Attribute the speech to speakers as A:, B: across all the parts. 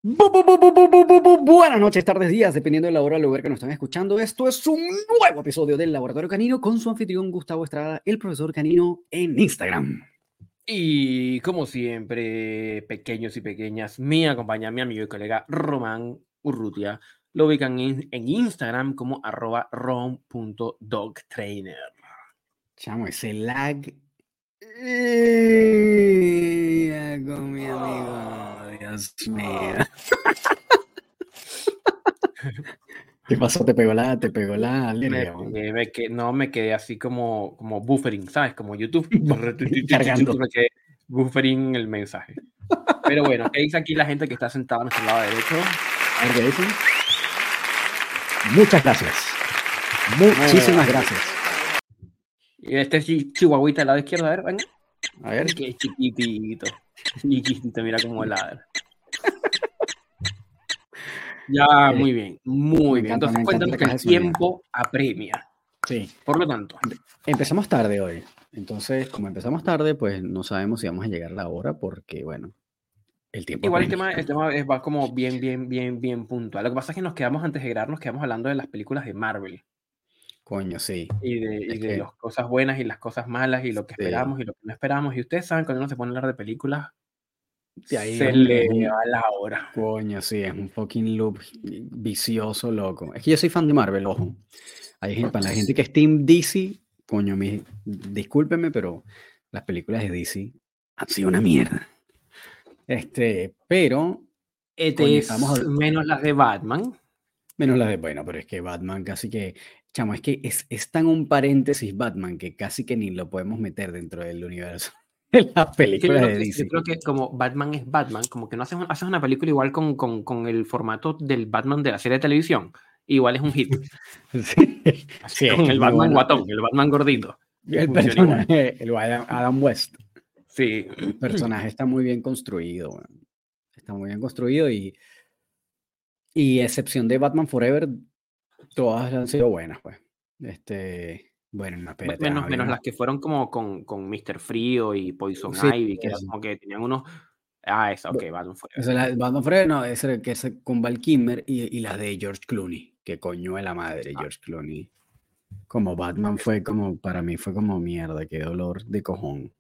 A: Buenas noches, tardes, días, dependiendo de la hora o lugar que nos están escuchando. Esto es un nuevo episodio del Laboratorio Canino con su anfitrión Gustavo Estrada, el profesor Canino, en Instagram.
B: Y como siempre, pequeños y pequeñas, me acompaña mi amigo y colega Román Urrutia. Lo ubican en Instagram como @rom.dogtrainer.
A: Chamo, ese lag. Con mi amigo, Dios mío. ¿Qué pasó? ¿Te pegó la alergia?
B: Me quedé así como buffering, ¿sabes? Como YouTube.
A: Cargando.
B: Me quedé buffering el mensaje. Pero bueno, ¿qué dice aquí la gente que está sentada a nuestro lado derecho?
A: A ver qué dicen. Muchas gracias. Muchísimas gracias.
B: Y este chihuahuita del lado izquierdo, a ver, venga.
A: A ver.
B: Qué chiquitito. Chiquitito, mira cómo ladra. Ya, muy bien, muy bien. Entonces, cuéntanos que el tiempo apremia.
A: Sí.
B: Por lo tanto,
A: empezamos tarde hoy. Entonces, como empezamos tarde, pues no sabemos si vamos a llegar a la hora porque, bueno, el tiempo
B: igual
A: apremia.
B: el tema va como bien puntual. Lo que pasa es que nos quedamos antes de grabar, nos quedamos hablando de las películas de Marvel.
A: Coño, sí.
B: Y de las cosas buenas y las cosas malas y lo que esperamos y lo que no esperamos. Y ustedes saben, cuando uno se pone a hablar de películas, se le va la hora.
A: Coño, sí, es un fucking loop vicioso, loco. Es que yo soy fan de Marvel, ojo. Para la gente que es Team DC, coño, discúlpenme, pero las películas de DC han sido una mierda. Pero...
B: Coño, menos las de Batman.
A: Menos las de, bueno, pero es que Batman casi que, chamo, es que es tan un paréntesis Batman que casi que ni lo podemos meter dentro del universo de las películas de DC.
B: Yo creo que como Batman es Batman, como que no haces una película igual con el formato del Batman de la serie de televisión, igual es un hit.
A: Sí,
B: con el Batman guatón, el Batman gordito.
A: El personaje, el Adam West.
B: Sí.
A: El personaje está muy bien construido, man. Está muy bien construido y excepción de Batman Forever, todas han sido buenas, pues. Bueno, no, espérate.
B: Menos las que fueron como con Mr. Frío y Poison
A: Sí,
B: Ivy, que era como que tenían unos... esa, ok, Batman Forever.
A: Batman Forever, no, ese que es con Val Kilmer y las de George Clooney, que coño de la madre, George Clooney. Como Batman fue como, para mí fue como mierda, qué dolor de cojón.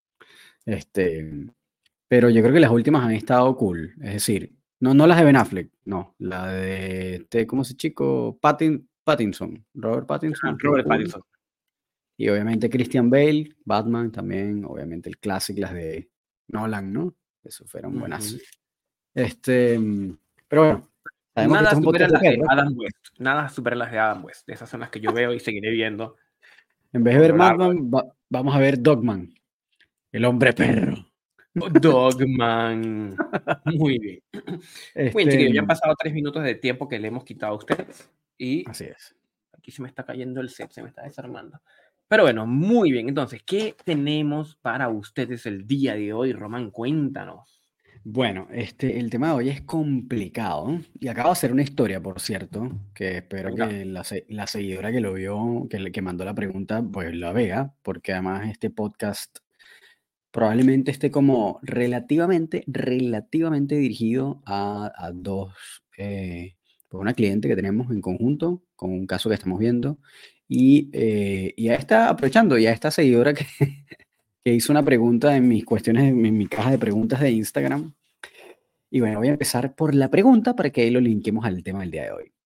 A: Pero yo creo que las últimas han estado cool, es decir, no las de Ben Affleck, no, la de, ¿cómo se chico? Pattinson, Robert Pattinson.
B: Robert Pattinson.
A: Y obviamente Christian Bale, Batman también, obviamente el clásico, las de Nolan, ¿no? Eso fueron buenas. Pero bueno,
B: nada supera las de Adam West. Nada supera las de Adam West. Esas son las que yo veo y seguiré viendo.
A: En vez de ver Batman, vamos a ver Dogman, el hombre perro.
B: Dogman. Muy bien. Muy bien, chiquillos, ya han pasado 3 minutos de tiempo que le hemos quitado a ustedes. Y
A: así es.
B: Aquí se me está cayendo el set, se me está desarmando. Pero bueno, muy bien. Entonces, ¿qué tenemos para ustedes el día de hoy, Román? Cuéntanos.
A: Bueno, el tema de hoy es complicado y acabo de hacer una historia, por cierto, que espero que la seguidora que lo vio, que mandó la pregunta, pues la vea, porque además este podcast probablemente esté como relativamente dirigido a dos, pues una cliente que tenemos en conjunto con un caso que estamos viendo y a esta, aprovechando, y a esta seguidora que hizo una pregunta en mis cuestiones, en mi caja de preguntas de Instagram. Y bueno, voy a empezar por la pregunta para que ahí lo linquemos al tema del día de hoy.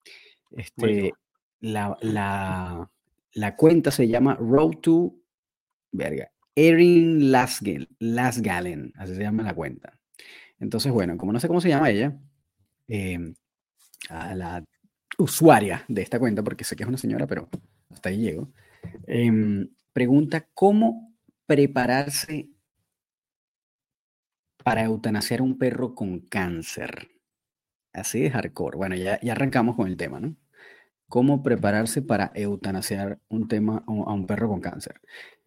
A: La cuenta se llama Road to Erin Lasgalen, así se llama la cuenta. Entonces, bueno, como no sé cómo se llama ella, a la usuaria de esta cuenta, porque sé que es una señora, pero hasta ahí llego, pregunta cómo prepararse para eutanasiar a un perro con cáncer. Así de hardcore. Bueno, ya arrancamos con el tema, ¿no? ¿Cómo prepararse para eutanasiar a un perro con cáncer?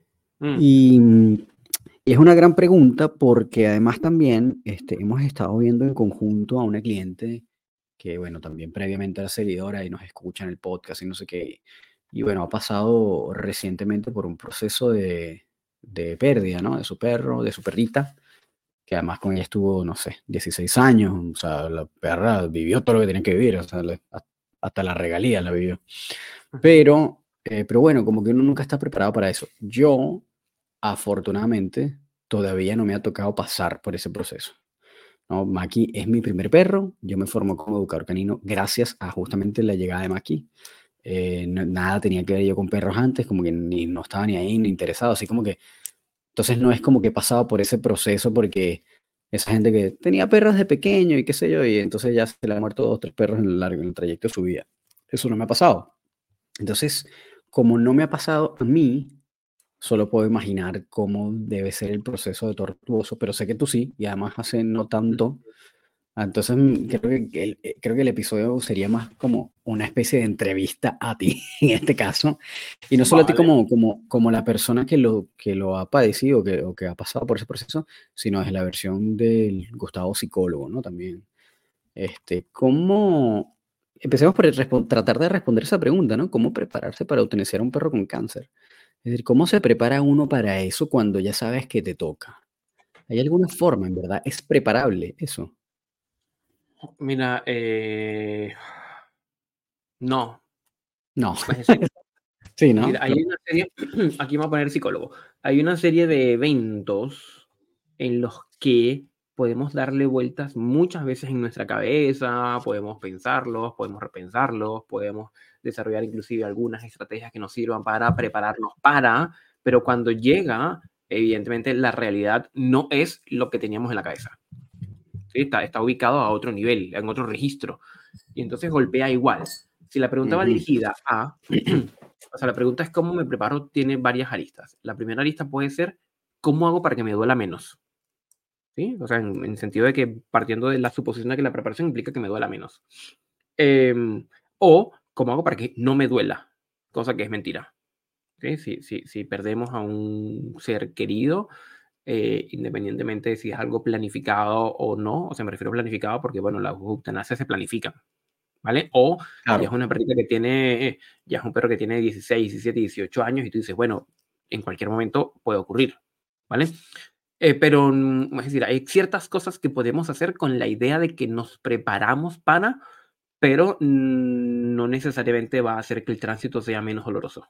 A: Y es una gran pregunta porque además también hemos estado viendo en conjunto a una cliente que, bueno, también previamente era seguidora y nos escucha en el podcast y no sé qué. Y bueno, ha pasado recientemente por un proceso de pérdida, ¿no? De su perro, de su perrita. que además con ella estuvo, no sé, 16 años, o sea, la perra vivió todo lo que tenía que vivir, o sea, hasta la regalía la vivió. Pero bueno, como que uno nunca está preparado para eso. Yo, afortunadamente, todavía no me ha tocado pasar por ese proceso. ¿No? Maki es mi primer perro, yo me formo como educador canino gracias a justamente la llegada de Maki. Nada tenía que ver yo con perros antes, como que ni, no estaba ni ahí ni interesado, así como que, entonces no es como que he pasado por ese proceso porque esa gente que tenía perros de pequeño y qué sé yo, y entonces ya se le han muerto 2 o 3 perros en el trayecto de su vida. Eso no me ha pasado. Entonces, como no me ha pasado a mí, solo puedo imaginar cómo debe ser el proceso de tortuoso, pero sé que tú sí, y además hace no tanto. Entonces, creo que el episodio sería más como una especie de entrevista a ti, en este caso, y no solo a ti
B: Vale.
A: como la persona que lo ha padecido o que ha pasado por ese proceso, sino desde la versión del Gustavo psicólogo, ¿no? También. ¿Cómo? Empecemos por tratar de responder esa pregunta, ¿no? ¿Cómo prepararse para eutanasiar a un perro con cáncer? Es decir, ¿cómo se prepara uno para eso cuando ya sabes que te toca? ¿Hay alguna forma, en verdad? ¿Es preparable eso?
B: Mira, no.
A: No.
B: Es decir,
A: Sí, ¿no?
B: mira, hay una serie, aquí me voy a poner psicólogo, hay una serie de eventos en los que podemos darle vueltas muchas veces en nuestra cabeza, podemos pensarlos, podemos repensarlos, podemos desarrollar inclusive algunas estrategias que nos sirvan para prepararnos para, pero cuando llega, evidentemente la realidad no es lo que teníamos en la cabeza. ¿Sí? Está ubicado a otro nivel, en otro registro, y entonces golpea igual. Si la pregunta va
A: Ujú.
B: dirigida a, o sea, la pregunta es cómo me preparo, tiene varias aristas. La primera arista puede ser, ¿cómo hago para que me duela menos? ¿Sí? O sea, en sentido de que partiendo de la suposición de que la preparación implica que me duela menos. O, ¿cómo hago para que no me duela? Cosa que es mentira. ¿Sí? Si perdemos a un ser querido, independientemente de si es algo planificado o no, o sea, me refiero a planificado porque, bueno, las eutanasias se planifican, ¿vale? O ya es
A: Claro.
B: una perrita que tiene, ya es un perro que tiene 16, 17, 18 años y tú dices, bueno, en cualquier momento puede ocurrir, ¿vale? Pero, es decir, hay ciertas cosas que podemos hacer con la idea de que nos preparamos para, pero no necesariamente va a hacer que el tránsito sea menos doloroso,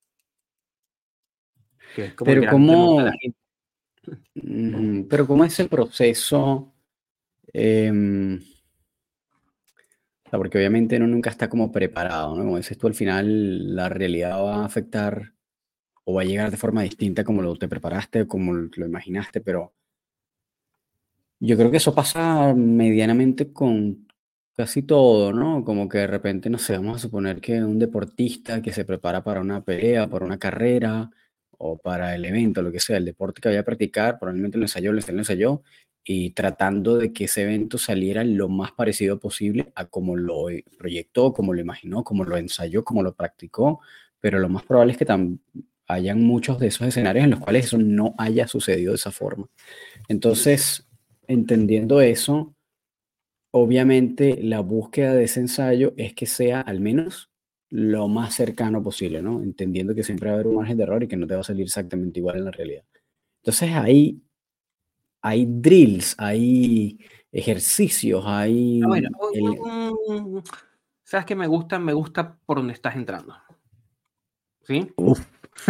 B: que es como el
A: Pero
B: gran temor de la
A: ¿cómo,
B: gente.
A: pero cómo es el proceso? em, o sea, porque obviamente uno nunca está como preparado, ¿no? Como dices tú, al final la realidad va a afectar o va a llegar de forma distinta como lo te preparaste, como lo imaginaste, pero yo creo que eso pasa medianamente con casi todo, ¿no? Como que de repente, no sé, vamos a suponer que un deportista que se prepara para una pelea, para una carrera o para el evento, lo que sea, el deporte que vaya a practicar, probablemente lo ensayó y tratando de que ese evento saliera lo más parecido posible a como lo proyectó, como lo imaginó, como lo ensayó, como lo practicó, pero lo más probable es que hayan muchos de esos escenarios en los cuales eso no haya sucedido de esa forma. Entonces, entendiendo eso, obviamente la búsqueda de ese ensayo es que sea al menos lo más cercano posible, ¿no? Entendiendo que siempre va a haber un margen de error y que no te va a salir exactamente igual en la realidad. Entonces ahí hay drills, hay ejercicios,
B: Ah, bueno,
A: hay
B: ¿sabes qué me gusta por donde estás entrando, ¿sí?
A: uf.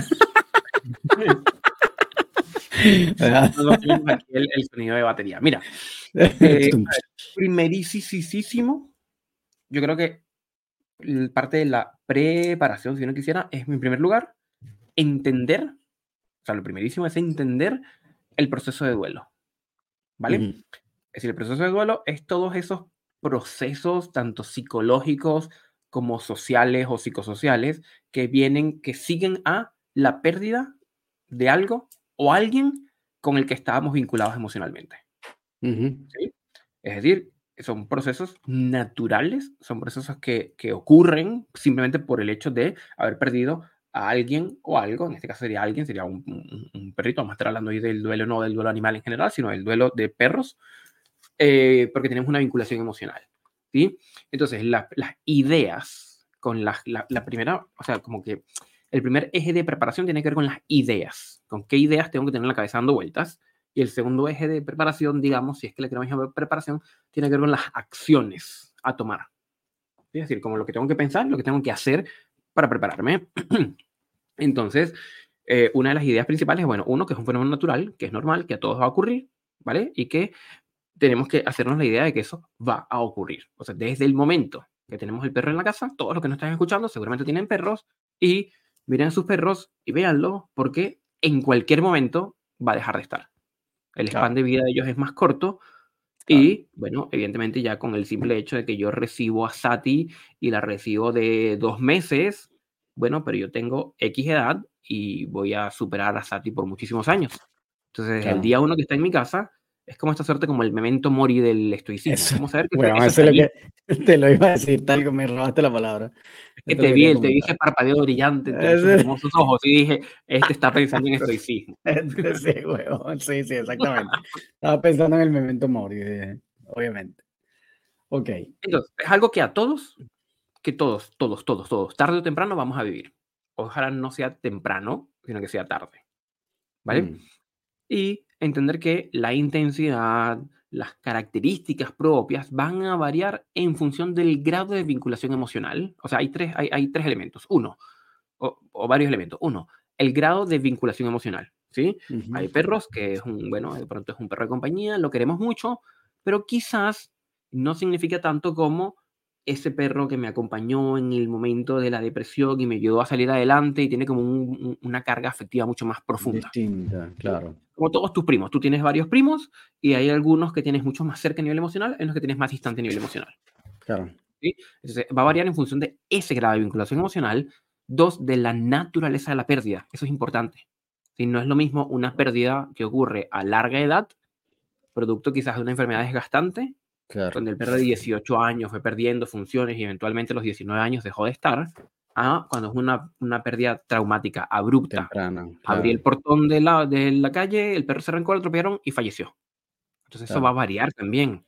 A: ¿Verdad?
B: No tenemos aquí el sonido de batería. Mira, a ver, primerísimo, yo creo que parte de la preparación, si uno quisiera, es, en primer lugar, entender, o sea, lo primerísimo es entender el proceso de duelo, ¿vale?
A: Ujú,
B: Es decir, el proceso de duelo es todos esos procesos, tanto psicológicos como sociales o psicosociales, que vienen, que siguen a la pérdida de algo o alguien con el que estábamos vinculados emocionalmente,
A: ujú.
B: ¿sí? Es decir, son procesos naturales, son procesos que ocurren simplemente por el hecho de haber perdido a alguien o algo, en este caso sería alguien, sería un perrito, vamos a estar hablando hoy del duelo, no del duelo animal en general, sino del duelo de perros, porque tenemos una vinculación emocional, ¿sí? Entonces, las ideas con la primera, o sea, como que el primer eje de preparación tiene que ver con las ideas, con qué ideas tengo que tener en la cabeza dando vueltas, Y el segundo eje de preparación, digamos, si es que le queremos llamar preparación, tiene que ver con las acciones a tomar. Es decir, como lo que tengo que pensar, lo que tengo que hacer para prepararme. Entonces, una de las ideas principales es, bueno, uno, que es un fenómeno natural, que es normal, que a todos va a ocurrir, ¿vale? Y que tenemos que hacernos la idea de que eso va a ocurrir. O sea, desde el momento que tenemos el perro en la casa, todos los que nos están escuchando seguramente tienen perros, y miren a sus perros y véanlo, porque en cualquier momento va a dejar de estar. El span
A: Claro,
B: de vida de ellos es más corto.
A: claro.
B: Y bueno, evidentemente ya con el simple hecho de que yo recibo a Sati y la recibo de 2 meses, bueno, pero yo tengo X edad y voy a superar a Sati por muchísimos años. Entonces, el
A: Claro.
B: día uno que está en mi casa es como esta suerte, como el memento mori del estoicismo. Es
A: Eso,
B: como saber que
A: bueno,
B: eso
A: eso
B: está
A: es lo
B: allí.
A: que te lo iba a decir, tal como me robaste la palabra.
B: Es que
A: Esto lo quería
B: te vi
A: comentar.
B: ese parpadeo brillante entre sus
A: Ese-
B: hermosos ojos y dije, este está pensando en estoicismo.
A: Sí, huevón, sí, sí, exactamente. Estaba pensando en el memento mori, obviamente. Ok,
B: Entonces, es algo que a todos, todos, tarde o temprano vamos a vivir. Ojalá no sea temprano, sino que sea tarde, ¿vale?
A: mm,
B: Y entender que la intensidad, las características propias van a variar en función del grado de vinculación emocional. O sea, hay tres elementos. Uno, o varios elementos. Uno, el grado de vinculación emocional, ¿sí?
A: ujú,
B: Hay perros que bueno, de pronto es un perro de compañía, lo queremos mucho, pero quizás no significa tanto como ese perro que me acompañó en el momento de la depresión y me ayudó a salir adelante y tiene como una carga afectiva mucho más profunda.
A: distinta,
B: ¿Sí?
A: claro,
B: Como todos tus primos, tú tienes varios primos y hay algunos que tienes mucho más cerca a nivel emocional, hay unos que tienes más distante a nivel emocional.
A: claro,
B: ¿Sí? Entonces, va a variar en función de ese grado de vinculación emocional. Dos, de la naturaleza de la pérdida. Eso es importante. ¿Sí? No es lo mismo una pérdida que ocurre a larga edad, producto quizás de una enfermedad desgastante,
A: claro.
B: donde el perro de 18 años fue perdiendo funciones y eventualmente a los 19 años dejó de estar, a cuando es una pérdida traumática, abrupta.
A: Temprana,
B: Abrí
A: claro,
B: el portón de la calle, el perro se arrancó, lo atropellaron y falleció. Entonces eso va a
A: claro.
B: variar también.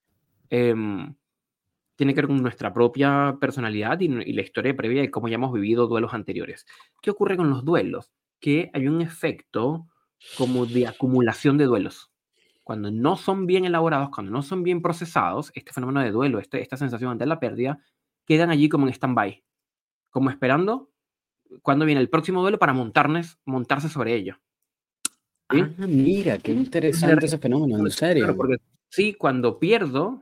B: Em, Tiene que ver con nuestra propia personalidad y la historia previa de cómo ya hemos vivido duelos anteriores. ¿Qué ocurre con los duelos? Que hay un efecto como de acumulación de duelos. Cuando no son bien elaborados, cuando no son bien procesados, este fenómeno de duelo, esta sensación ante la pérdida, quedan allí como en stand-by, como esperando cuándo viene el próximo duelo para montarse sobre ello.
A: Ah,
B: ¿Sí?
A: mira, qué interesante ese fenómeno, en
B: Claro,
A: serio.
B: porque sí, cuando pierdo,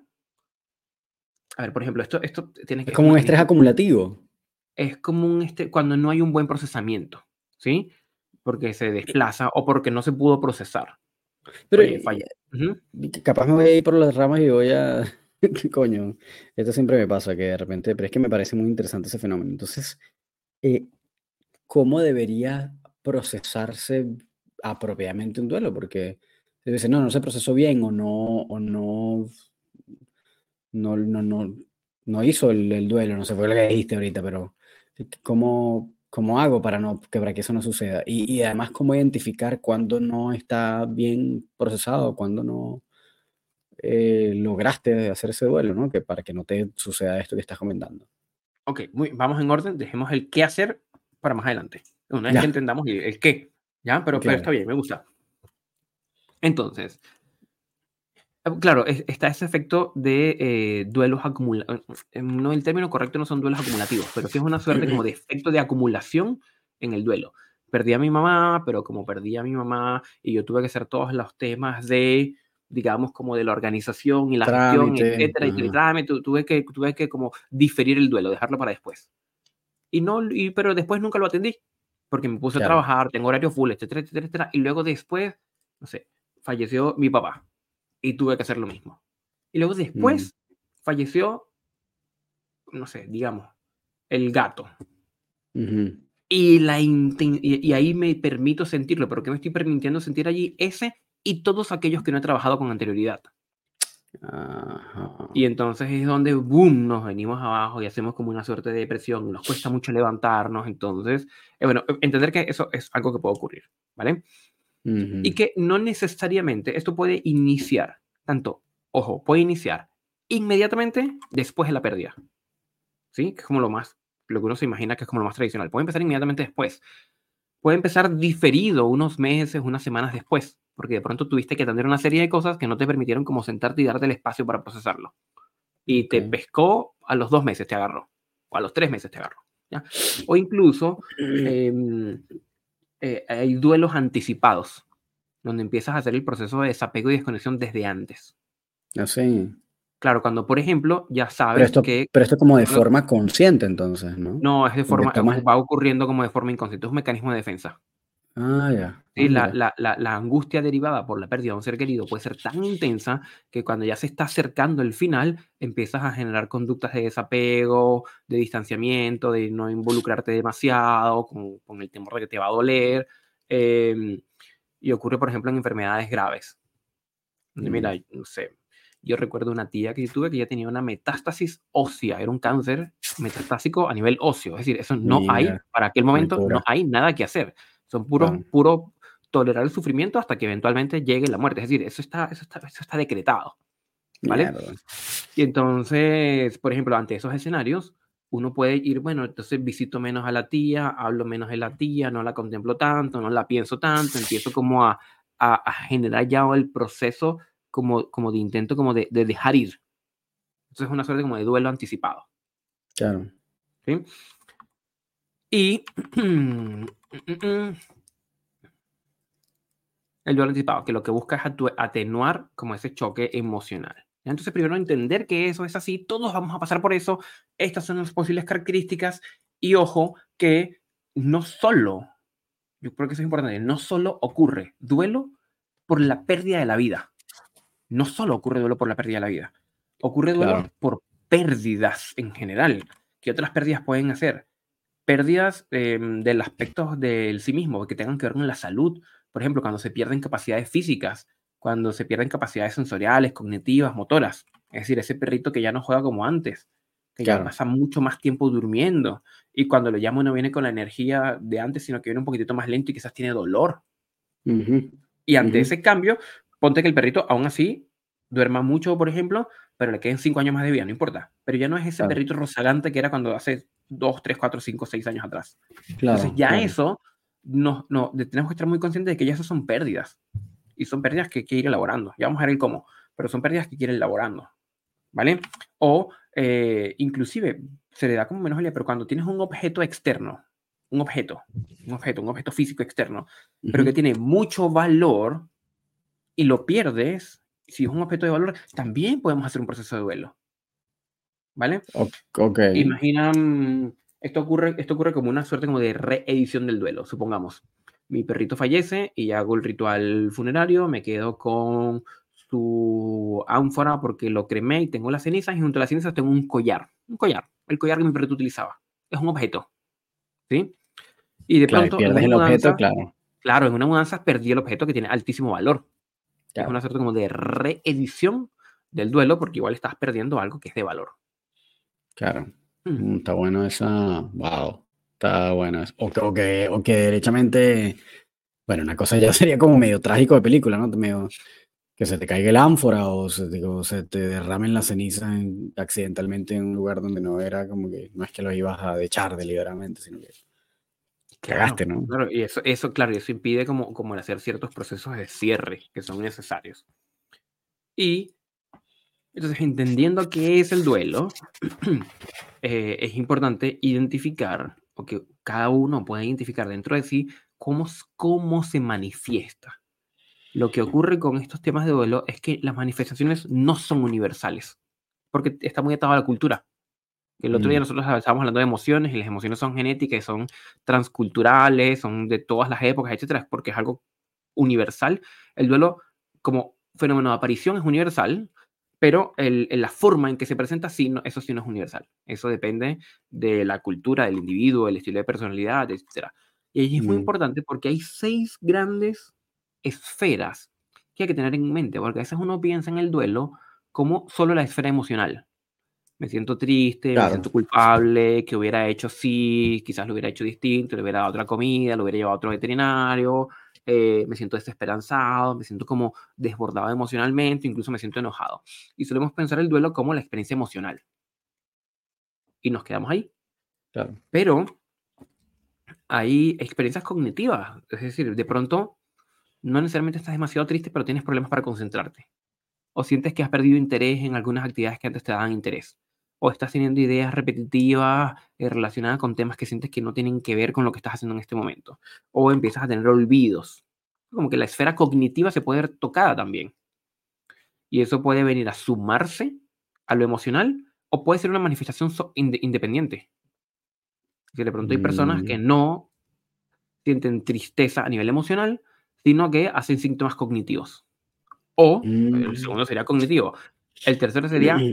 B: a ver, por ejemplo, esto tienes
A: Es
B: que, es
A: como
B: como
A: un
B: que
A: estrés acumulativo.
B: es como cuando no hay un buen procesamiento, ¿sí? Porque se desplaza o porque no se pudo procesar.
A: Pero
B: Oye, falla. Ujú.
A: capaz me voy a ir por las ramas y voy a... Coño, esto siempre me pasa, que de repente, pero es que me parece muy interesante ese fenómeno. Entonces, eh, ¿cómo debería procesarse apropiadamente un duelo? Porque se dice, no, no se procesó bien o no hizo el duelo, no sé, fue lo que dijiste ahorita, pero ¿cómo hago para que eso no suceda? Y además, ¿cómo identificar cuándo no está bien procesado, cuándo no lograste hacer ese duelo, ¿no? Que para que no te suceda esto que estás comentando.
B: Ok, vamos en orden. Dejemos el qué hacer para más adelante. Una vez que
A: Ya,
B: entendamos el qué, ¿ya? Pero
A: claro.
B: está bien, me gusta. Entonces, claro, está ese efecto de duelos acumulativos. No, el término correcto no son duelos acumulativos, pero sí es una suerte como de efecto de acumulación en el duelo. Perdí a mi mamá, pero como perdí a mi mamá y yo tuve que hacer todos los temas de, digamos, como de la organización y la gestión,
A: Trámite,
B: etcétera, y
A: ajá,
B: trámite, tuve que como diferir el duelo, dejarlo para después. Pero después nunca lo atendí, porque me puse a
A: claro.
B: trabajar, tengo horario full, etcétera, etcétera, etcétera, y luego después, no sé, falleció mi papá y tuve que hacer lo mismo. Y luego
A: Mm,
B: después falleció, no sé, digamos, el gato.
A: ujú,
B: Y ahí me permito sentirlo, pero ¿qué me estoy permitiendo sentir allí? Ese y todos aquellos que no he trabajado con anterioridad.
A: ajá,
B: Y entonces es donde, boom, nos venimos abajo y hacemos como una suerte de depresión, nos cuesta mucho levantarnos. Entonces, bueno, entender que eso es algo que puede ocurrir, ¿vale? Y
A: ujú,
B: que no necesariamente esto puede iniciar, tanto, ojo, puede iniciar inmediatamente después de la pérdida, ¿sí? Que es como lo que uno se imagina que es como lo más tradicional. Puede empezar inmediatamente después, puede empezar diferido unos meses, unas semanas después, porque de pronto tuviste que atender una serie de cosas que no te permitieron como sentarte y darte el espacio para procesarlo. Y te
A: Ok.
B: pescó a los 2 meses te agarró, o a los 3 meses te agarró, ¿ya? O incluso hay duelos anticipados, donde empiezas a hacer el proceso de desapego y desconexión desde antes.
A: Así.
B: Claro, cuando, por ejemplo, ya
A: Pero
B: sabes
A: esto,
B: que
A: pero esto como de forma consciente, entonces, ¿no?
B: no es de
A: Como que
B: forma,
A: tomas.
B: va ocurriendo como de forma inconsciente, es un mecanismo de defensa.
A: Ah, ya.
B: Sí,
A: Ah, mira.
B: la angustia derivada por la pérdida de un ser querido puede ser tan intensa que cuando ya se está acercando el final, empiezas a generar conductas de desapego, de distanciamiento, de no involucrarte demasiado, con el temor de que te va a doler. Y ocurre, por ejemplo, en enfermedades graves. Donde, mira, no sé, yo recuerdo una tía que tuve que ya tenía una metástasis ósea, era un cáncer metastásico a nivel óseo, es decir, eso no hay,
A: Mira,
B: para aquel
A: muy
B: momento no
A: pura.
B: hay nada que hacer, son
A: Claro.
B: puro tolerar el sufrimiento hasta que eventualmente llegue la muerte, es decir, eso está decretado, ¿vale?
A: Mierda.
B: Y entonces, por ejemplo, ante esos escenarios, uno puede ir, bueno, entonces visito menos a la tía, hablo menos de la tía, no la contemplo tanto, no la pienso tanto, empiezo como a generar ya el proceso como de intento como de dejar ir. Entonces es una suerte como de duelo anticipado,
A: Claro.
B: ¿sí? Y el duelo anticipado, que lo que busca es atenuar como ese choque emocional. ¿Ya? Entonces, primero entender que eso es así, todos vamos a pasar por eso, estas son las posibles características, y ojo que no solo, yo creo que eso es importante, no solo ocurre duelo por la pérdida de la vida, no solo ocurre duelo por la pérdida de la vida, ocurre
A: Claro.
B: duelo por pérdidas en general. ¿Qué otras pérdidas pueden hacer? Pérdidas del aspecto del sí mismo, que tengan que ver con la salud. Por ejemplo, cuando se pierden capacidades físicas, cuando se pierden capacidades sensoriales, cognitivas, motoras. Es decir, ese perrito que ya no juega como antes, que ya
A: Claro.
B: pasa mucho más tiempo durmiendo. Y cuando lo llamo no viene con la energía de antes, sino que viene un poquitito más lento y quizás tiene dolor.
A: Ujú,
B: Y ante
A: ujú.
B: ese cambio, ponte que el perrito aún así duerma mucho, por ejemplo, pero le queden 5 años más de vida, no importa. Pero ya no es ese
A: Claro.
B: perrito rozagante que era cuando hace 2, 3, 4, 5, 6 años atrás. Entonces
A: Claro,
B: ya
A: claro.
B: eso, tenemos que estar muy conscientes de que ya eso son pérdidas. Y son pérdidas que hay que ir elaborando. Ya vamos a ver el cómo, pero son pérdidas que hay que ir elaborando. ¿Vale? O inclusive se le da como menos valía, pero cuando tienes un objeto externo, un objeto físico externo, pero que
A: Ujú.
B: tiene mucho valor y lo pierdes, si es un objeto de valor, también podemos hacer un proceso de duelo, ¿vale?
A: Ok.
B: Imagina, esto ocurre como una suerte como de reedición del duelo, supongamos. Mi perrito fallece y hago el ritual funerario, me quedo con su ánfora porque lo cremé y tengo las cenizas y junto a las cenizas tengo un collar, el collar que mi perrito utilizaba. Es un objeto, ¿sí? Y de
A: Claro, y
B: pronto en
A: pierdes
B: una
A: el objeto,
B: mudanza,
A: claro.
B: claro, en una mudanza perdí el objeto que tiene altísimo valor. Es una
A: Claro,
B: suerte como de reedición del duelo porque igual estás perdiendo algo que es de valor.
A: claro.
B: Mm.
A: Está bueno esa. Wow. Está bueno eso. O que derechamente. Bueno, una cosa ya sería como medio trágico de película, ¿no? Medio que se te caiga el ánfora o se te derramen las cenizas accidentalmente en un lugar donde no era como que no es que lo ibas a echar deliberadamente, sino que
B: Claro,
A: cagaste, ¿no?
B: claro, y eso, claro, y eso impide como el hacer ciertos procesos de cierre que son necesarios. Y entonces, entendiendo qué es el duelo, es importante identificar, o que cada uno pueda identificar dentro de sí cómo se manifiesta. Lo que ocurre con estos temas de duelo es que las manifestaciones no son universales, porque está muy atado a la cultura. El otro día
A: Mm,
B: nosotros estábamos hablando de emociones y las emociones son genéticas, son transculturales, son de todas las épocas, etcétera, porque es algo universal. El duelo como fenómeno de aparición es universal, pero la forma en que se presenta, sí, eso sí no es universal. Eso depende de la cultura del individuo, el estilo de personalidad, etcétera. Y ahí es muy
A: mm,
B: importante porque hay 6 grandes esferas que hay que tener en mente, porque a veces uno piensa en el duelo como solo la esfera emocional. Me siento triste, me
A: claro.
B: siento culpable, que hubiera hecho sí, quizás lo hubiera hecho distinto, le hubiera dado otra comida, lo hubiera llevado a otro veterinario, me siento desesperanzado, me siento como desbordado emocionalmente, incluso me siento enojado. Y solemos pensar el duelo como la experiencia emocional. Y nos quedamos ahí.
A: Claro.
B: Pero hay experiencias cognitivas. Es decir, de pronto no necesariamente estás demasiado triste, pero tienes problemas para concentrarte. O sientes que has perdido interés en algunas actividades que antes te daban interés. O estás teniendo ideas repetitivas relacionadas con temas que sientes que no tienen que ver con lo que estás haciendo en este momento. O empiezas a tener olvidos. Como que la esfera cognitiva se puede ver tocada también. Y eso puede venir a sumarse a lo emocional o puede ser una manifestación independiente. Que de pronto hay personas que
A: Mm,
B: no sienten tristeza a nivel emocional, sino que hacen síntomas cognitivos. O el
A: mm.
B: segundo sería cognitivo. El tercero sería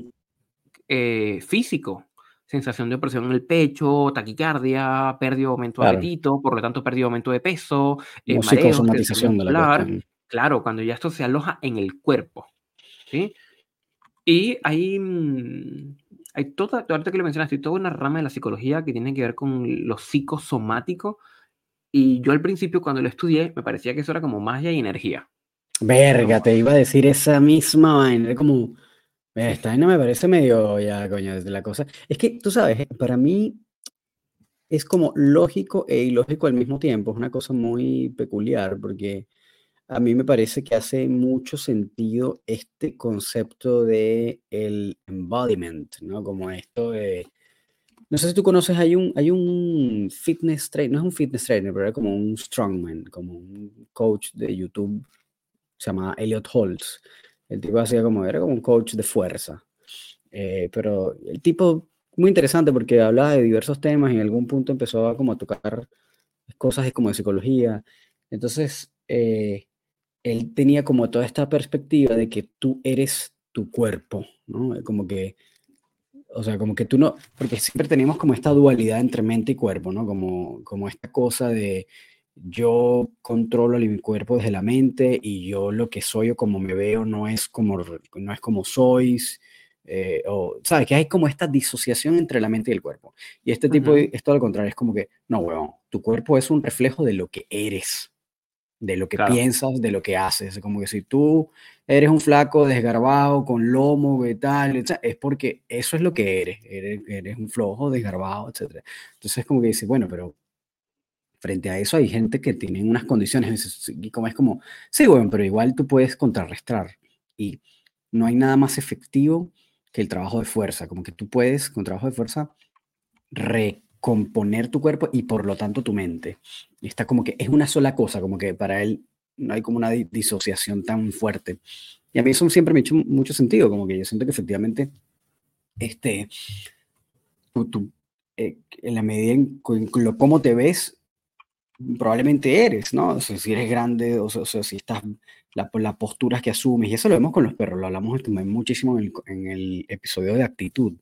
B: físico. Sensación de opresión en el pecho, taquicardia, pérdida o aumento de
A: Claro,
B: apetito, por lo tanto pérdida o aumento de peso,
A: como
B: mareos, tensión
A: psicosomatización de la
B: muscular.
A: cuestión.
B: Claro, cuando ya esto se aloja en el cuerpo, ¿sí? Y hay toda, ahorita que lo mencionaste, hay toda una rama de la psicología que tiene que ver con lo psicosomático. Y yo al principio, cuando lo estudié, me parecía que eso era como magia y energía. Como,
A: Verga, te iba a decir esa misma vaina, era como, esta vaina me parece medio, ya, coño, desde la cosa. Es que, tú sabes, para mí es como lógico e ilógico al mismo tiempo, es una cosa muy peculiar, porque a mí me parece que hace mucho sentido este concepto de el embodiment, ¿no? Como esto de, no sé si tú conoces, hay un fitness trainer, no es un fitness trainer, pero era como un strongman, como un coach de YouTube, se llama Elliot Holtz. El tipo hacía como, era como un coach de fuerza. Pero el tipo, muy interesante porque hablaba de diversos temas y en algún punto empezó a como a tocar cosas como de psicología. Entonces, él tenía como toda esta perspectiva de que tú eres tu cuerpo, ¿no? Como que, o sea, como que tú no, porque siempre tenemos como esta dualidad entre mente y cuerpo, ¿no? Como esta cosa de yo controlo mi cuerpo desde la mente y yo lo que soy o como me veo no es como sois. O, ¿sabes? Que hay como esta disociación entre la mente y el cuerpo. Y este tipo
B: ujú,
A: es todo lo contrario, es como que, no, huevón, tu cuerpo es un reflejo de lo que eres, de lo que
B: claro.
A: piensas, de lo que haces. Como que si tú eres un flaco desgarbado, con lomo, y tal, es porque eso es lo que eres un flojo, desgarbado, etcétera. Entonces como que dices, bueno, pero frente a eso hay gente que tiene unas condiciones, y como es como, sí, bueno, pero igual tú puedes contrarrestar. Y no hay nada más efectivo que el trabajo de fuerza, como que tú puedes, con trabajo de fuerza, recomponer tu cuerpo y por lo tanto tu mente. Y está como que es una sola cosa, como que para él no hay como una disociación tan fuerte. Y a mí eso siempre me ha hecho mucho sentido, como que yo siento que efectivamente, este, en la medida en cómo te ves, probablemente eres, ¿no? O sea, si eres grande, o sea, si estás, las posturas que asumes, y eso lo vemos con los perros, lo hablamos también muchísimo en el episodio de actitud.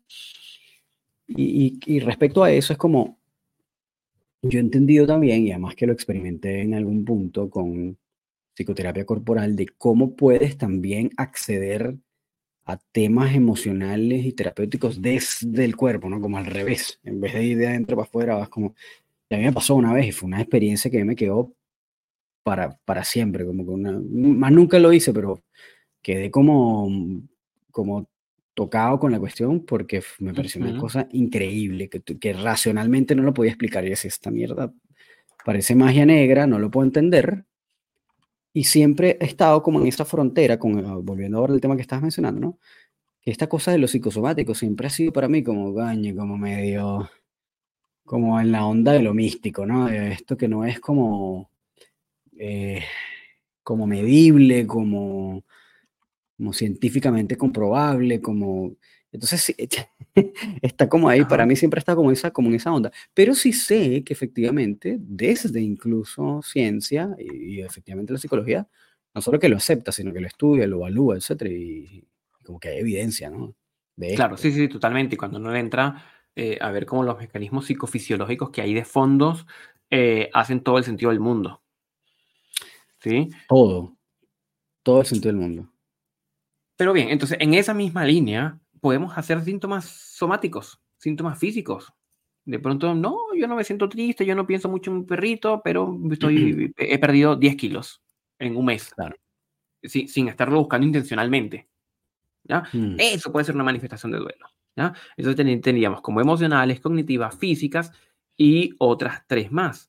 A: Y respecto a eso es como, yo he entendido también, y además que lo experimenté en algún punto con psicoterapia corporal, de cómo puedes también acceder a temas emocionales y terapéuticos desde el cuerpo, ¿no? Como al revés, en vez de ir de adentro para afuera, vas como, y a mí me pasó una vez y fue una experiencia que me quedó para siempre, como que más nunca lo hice, pero quedé como tocado con la cuestión porque me pareció una
B: Ujú,
A: cosa increíble, que racionalmente no lo podía explicar. Y decía, esta mierda parece magia negra, no lo puedo entender. Y siempre he estado como en esa frontera, volviendo ahora al tema que estabas mencionando, ¿no? Que esta cosa de lo psicosomático siempre ha sido para mí como gaño, como medio, como en la onda de lo místico, ¿no? De esto que no es eh, como medible, como científicamente comprobable, como... Entonces, sí, está como ahí, para
B: ajá.
A: mí siempre está como en esa onda, pero sí sé que efectivamente, desde incluso ciencia y efectivamente la psicología, no solo que lo acepta, sino que lo estudia, lo evalúa, etcétera, y como que hay evidencia, ¿no? De
B: Claro,
A: esto.
B: sí, sí, totalmente. Y cuando uno le entra a ver cómo los mecanismos psicofisiológicos que hay de fondos hacen todo el sentido del mundo, ¿sí?
A: Todo el sentido del mundo.
B: Pero bien, entonces en esa misma línea podemos hacer síntomas somáticos, síntomas físicos. De pronto, no, yo no me siento triste, yo no pienso mucho en mi perrito, pero he perdido 10 kilos en un mes,
A: Claro.
B: sin estarlo buscando intencionalmente, ¿ya?
A: Mm,
B: Eso puede ser una manifestación de duelo, ¿ya? Entonces tendríamos como emocionales, cognitivas, físicas y otras tres más.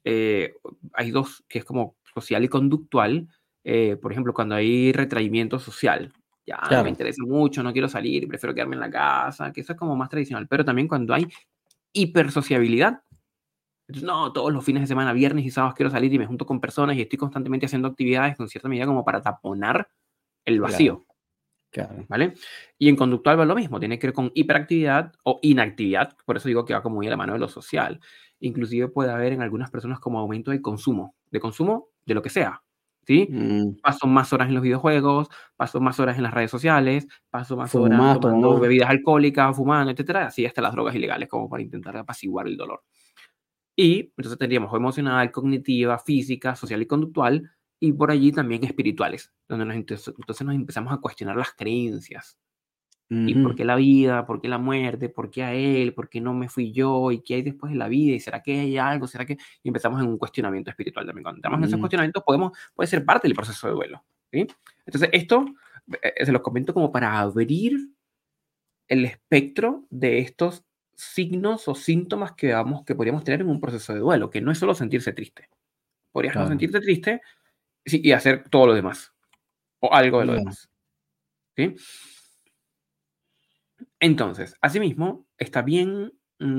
B: hay dos, que es como social y conductual. Por ejemplo, cuando hay retraimiento social, ya no me
A: Claro.
B: interesa mucho, no quiero salir, prefiero quedarme en la casa, que eso es como más tradicional. Pero también cuando hay hipersociabilidad, entonces, no, todos los fines de semana, viernes y sábados quiero salir y me junto con personas y estoy constantemente haciendo actividades con cierta medida como para taponar el
A: Claro,
B: vacío,
A: claro.
B: ¿vale? Y en conductual va lo mismo, tiene que ver con hiperactividad o inactividad, por eso digo que va como muy a la mano de lo social. Inclusive puede haber en algunas personas como aumento de consumo de lo que sea, ¿sí?
A: Mm,
B: Paso más horas en los videojuegos, paso más horas en las redes sociales, paso más
A: fumo
B: horas
A: más, tomo
B: tomando
A: más.
B: bebidas alcohólicas, fumando, etcétera, así hasta las drogas ilegales como para intentar apaciguar el dolor. Y entonces tendríamos emocional, cognitiva, física, social y conductual, y por allí también espirituales, donde entonces nos empezamos a cuestionar las creencias. ¿Y por
A: Ujú,
B: qué la vida? ¿Por qué la muerte? ¿Por qué a él? ¿Por qué no me fui yo? ¿Y qué hay después de la vida? ¿Y será que hay algo? ¿Será que...? Y empezamos en un cuestionamiento espiritual también. Cuando entramos en esos
A: mm,
B: cuestionamientos, puede ser parte del proceso de duelo. ¿Sí? Entonces, esto se los comento como para abrir el espectro de estos signos o síntomas que podríamos tener en un proceso de duelo, que no es solo sentirse triste. Podrías no
A: claro.
B: sentirte triste y hacer todo lo demás, o algo de lo
A: Ya.
B: demás. ¿Sí? Entonces, asimismo, está bien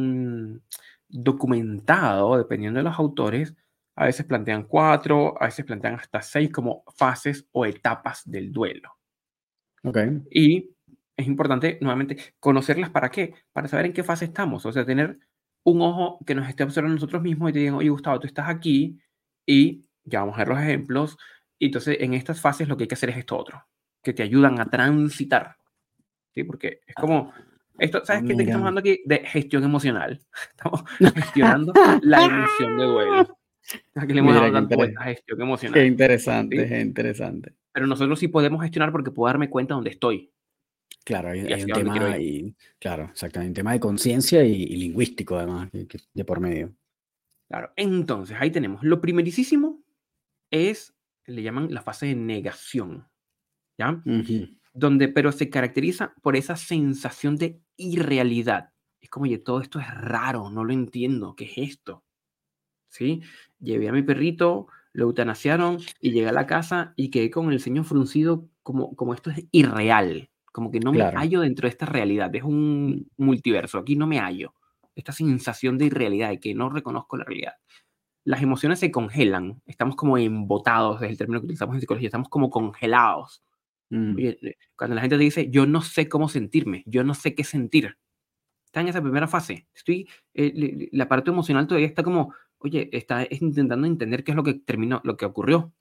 B: documentado, dependiendo de los autores, a veces plantean 4, a veces plantean hasta 6 como fases o etapas del duelo.
A: Ok.
B: Y es importante, nuevamente, conocerlas. ¿Para qué? Para saber en qué fase estamos. O sea, tener un ojo que nos esté observando nosotros mismos y te digan, oye, Gustavo, tú estás aquí y ya vamos a ver los ejemplos. Y entonces, en estas fases lo que hay que hacer es esto otro, que te ayudan a transitar. ¿Sí? Porque es como, esto,
A: Ah,
B: ¿sabes qué? De qué
A: mira.
B: estamos hablando aquí? De gestión emocional. Estamos gestionando la emoción de duelo. Aquí le hemos
A: Mira,
B: dado tanto vuelta a gestión
A: qué
B: emocional.
A: interesante,
B: ¿Sí?
A: qué interesante.
B: Pero nosotros sí podemos gestionar porque puedo darme cuenta dónde estoy
A: Claro,
B: y
A: hay un
B: hacia dónde quiero
A: tema
B: ir.
A: y, claro, exactamente, un tema de conciencia y lingüístico además, de por medio.
B: Claro, entonces ahí tenemos. Lo primerísimo es, le llaman la fase de negación, ¿ya?
A: Ujú,
B: Pero se caracteriza por esa sensación de irrealidad. Es como, oye, todo esto es raro, no lo entiendo, ¿qué es esto? ¿Sí? Llevé a mi perrito, lo eutanasiaron y llegué a la casa y quedé con el ceño fruncido como esto es irreal, como que no me
A: claro.
B: hallo dentro de esta realidad, es
A: Mm,
B: un multiverso, aquí no me hallo. Esta sensación de irrealidad, de que no reconozco la realidad. Las emociones se congelan, estamos como embotados, es el término que utilizamos en psicología, estamos como congelados.
A: mm,
B: Oye, cuando la gente te dice, yo no sé cómo sentirme, yo no sé qué sentir, está en esa primera fase. La parte emocional todavía está como, oye, es intentando entender qué es lo que terminó, lo que ocurrió.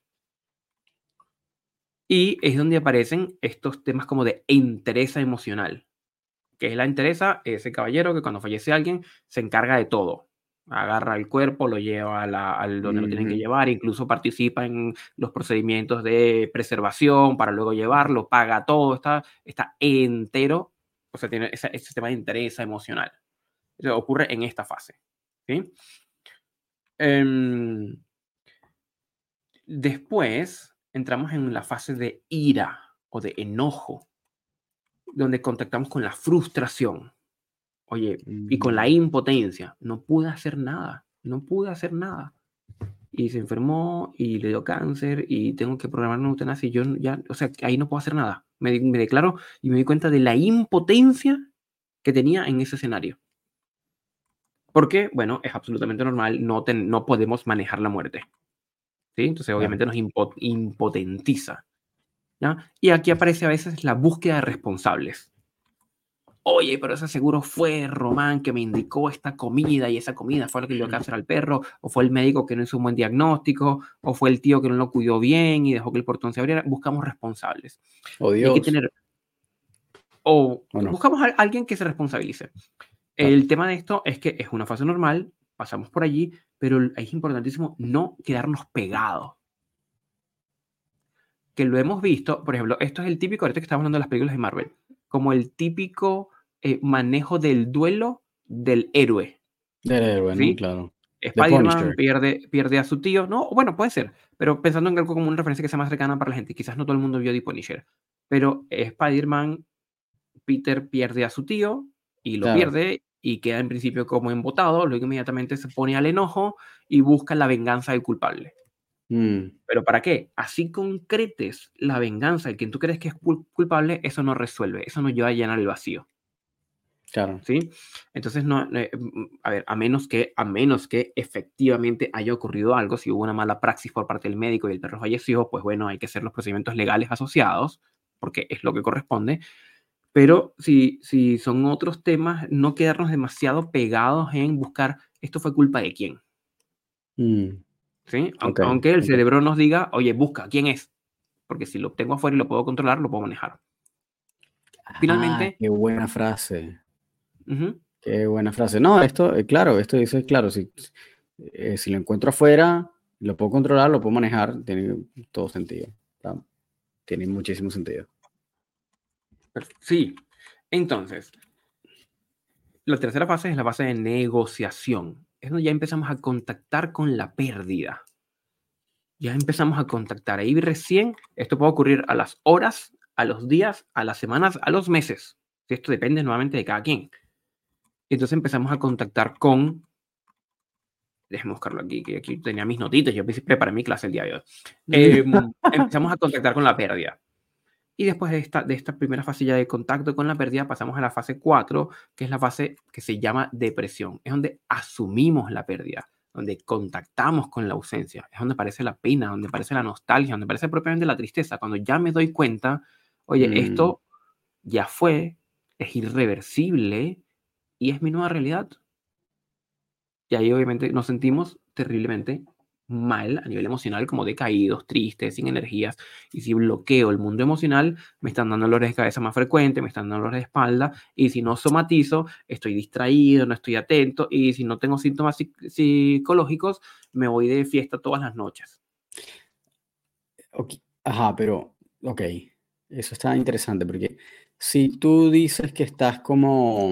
B: Y es donde aparecen estos temas como de entereza emocional. Que es la entereza? Ese caballero que cuando fallece alguien se encarga de todo. Agarra el cuerpo, lo lleva al donde lo tienen que
A: ujú,
B: llevar, incluso participa en los procedimientos de preservación para luego llevarlo, paga todo, está entero, o sea, tiene ese sistema de entereza emocional. Eso ocurre en esta fase. ¿Sí? Em, Después entramos en la fase de ira o de enojo, donde contactamos con la frustración. Oye, y con la
A: mm.
B: impotencia. No pude hacer nada, no pude hacer nada. Y se enfermó y le dio cáncer y tengo que programar una eutanasia y yo ya, o sea, ahí no puedo hacer nada. Me declaro y me di cuenta de la impotencia que tenía en ese escenario. Porque, bueno, es absolutamente normal, no podemos manejar la muerte. ¿Sí? Entonces,
A: Claro.
B: obviamente nos impotentiza. ¿Ya? Y aquí aparece a veces la búsqueda de responsables. Oye, pero ese seguro fue Román que me indicó esta comida y esa comida fue lo que le dio cáncer al perro, o fue el médico que no hizo un buen diagnóstico, o fue el tío que no lo cuidó bien y dejó que el portón se abriera. Buscamos responsables.
A: O
B: Y hay que
A: Dios,
B: tener, o
A: o no.
B: buscamos a alguien que se responsabilice.
A: Claro.
B: El tema de esto es que es una fase normal, pasamos por allí, pero es importantísimo no quedarnos pegados. Que lo hemos visto, por ejemplo, esto es el típico, ahorita que estamos hablando de las películas de Marvel, como el típico manejo del duelo del héroe,
A: Del héroe, ¿no?
B: ¿sí?
A: Claro. The
B: Spider-Man
A: Punisher.
B: pierde a su tío, no, bueno, puede ser, pero pensando en algo como una referencia que sea más cercana para la gente, quizás no todo el mundo vio The Punisher, pero Spider-Man, Peter pierde a su tío y lo
A: Claro.
B: pierde y queda en principio como embotado, luego inmediatamente se pone al enojo y busca la venganza del culpable. ¿Pero para qué? Así concretes la venganza de quien tú crees que es culpable, eso no resuelve, eso no lleva a llenar el vacío.
A: Claro.
B: ¿Sí? Entonces, a ver, a menos que efectivamente haya ocurrido algo, si hubo una mala praxis por parte del médico y el perro falleció, pues bueno, hay que hacer los procedimientos legales asociados, porque es lo que corresponde. Pero si son otros temas, no quedarnos demasiado pegados en buscar esto fue culpa de quién. ¿Sí?
A: Ok,
B: Aunque el
A: ok.
B: cerebro nos diga, oye, busca quién es. Porque si lo tengo afuera y lo puedo controlar, lo puedo manejar.
A: Ah,
B: Finalmente,
A: qué buena frase.
B: ujú,
A: Qué buena frase. No, esto, claro, esto dice, claro, si lo encuentro afuera, lo puedo controlar, lo puedo manejar, tiene todo sentido. ¿Tá? Tiene muchísimo sentido.
B: sí. Entonces, la tercera fase es la fase de negociación. Es donde ya empezamos a contactar con la pérdida. Ya empezamos a contactar. Ahí recién, esto puede ocurrir a las horas, a los días, a las semanas, a los meses. Esto depende nuevamente de cada quien. Entonces empezamos a contactar con... Déjame buscarlo aquí, que aquí tenía mis notitas. Yo preparé mi clase el día de hoy. Empezamos a contactar con la pérdida. Y después de esta primera fase ya de contacto con la pérdida, pasamos a la fase 4, que es la fase que se llama depresión. Es donde asumimos la pérdida, donde contactamos con la ausencia. Es donde aparece la pena, donde aparece la nostalgia, donde aparece propiamente la tristeza. Cuando ya me doy cuenta, oye,
A: Mm,
B: esto ya fue, es irreversible y es mi nueva realidad. Y ahí obviamente nos sentimos terriblemente mal a nivel emocional, como decaídos, tristes, sin energías. Y si bloqueo el mundo emocional, me están dando dolores de cabeza más frecuentes, me están dando dolores de espalda. Y si no somatizo, estoy distraído, no estoy atento. Y si no tengo síntomas psicológicos, me voy de fiesta todas las noches.
A: ok. Ajá, pero, ok, eso está interesante porque si tú dices que estás como,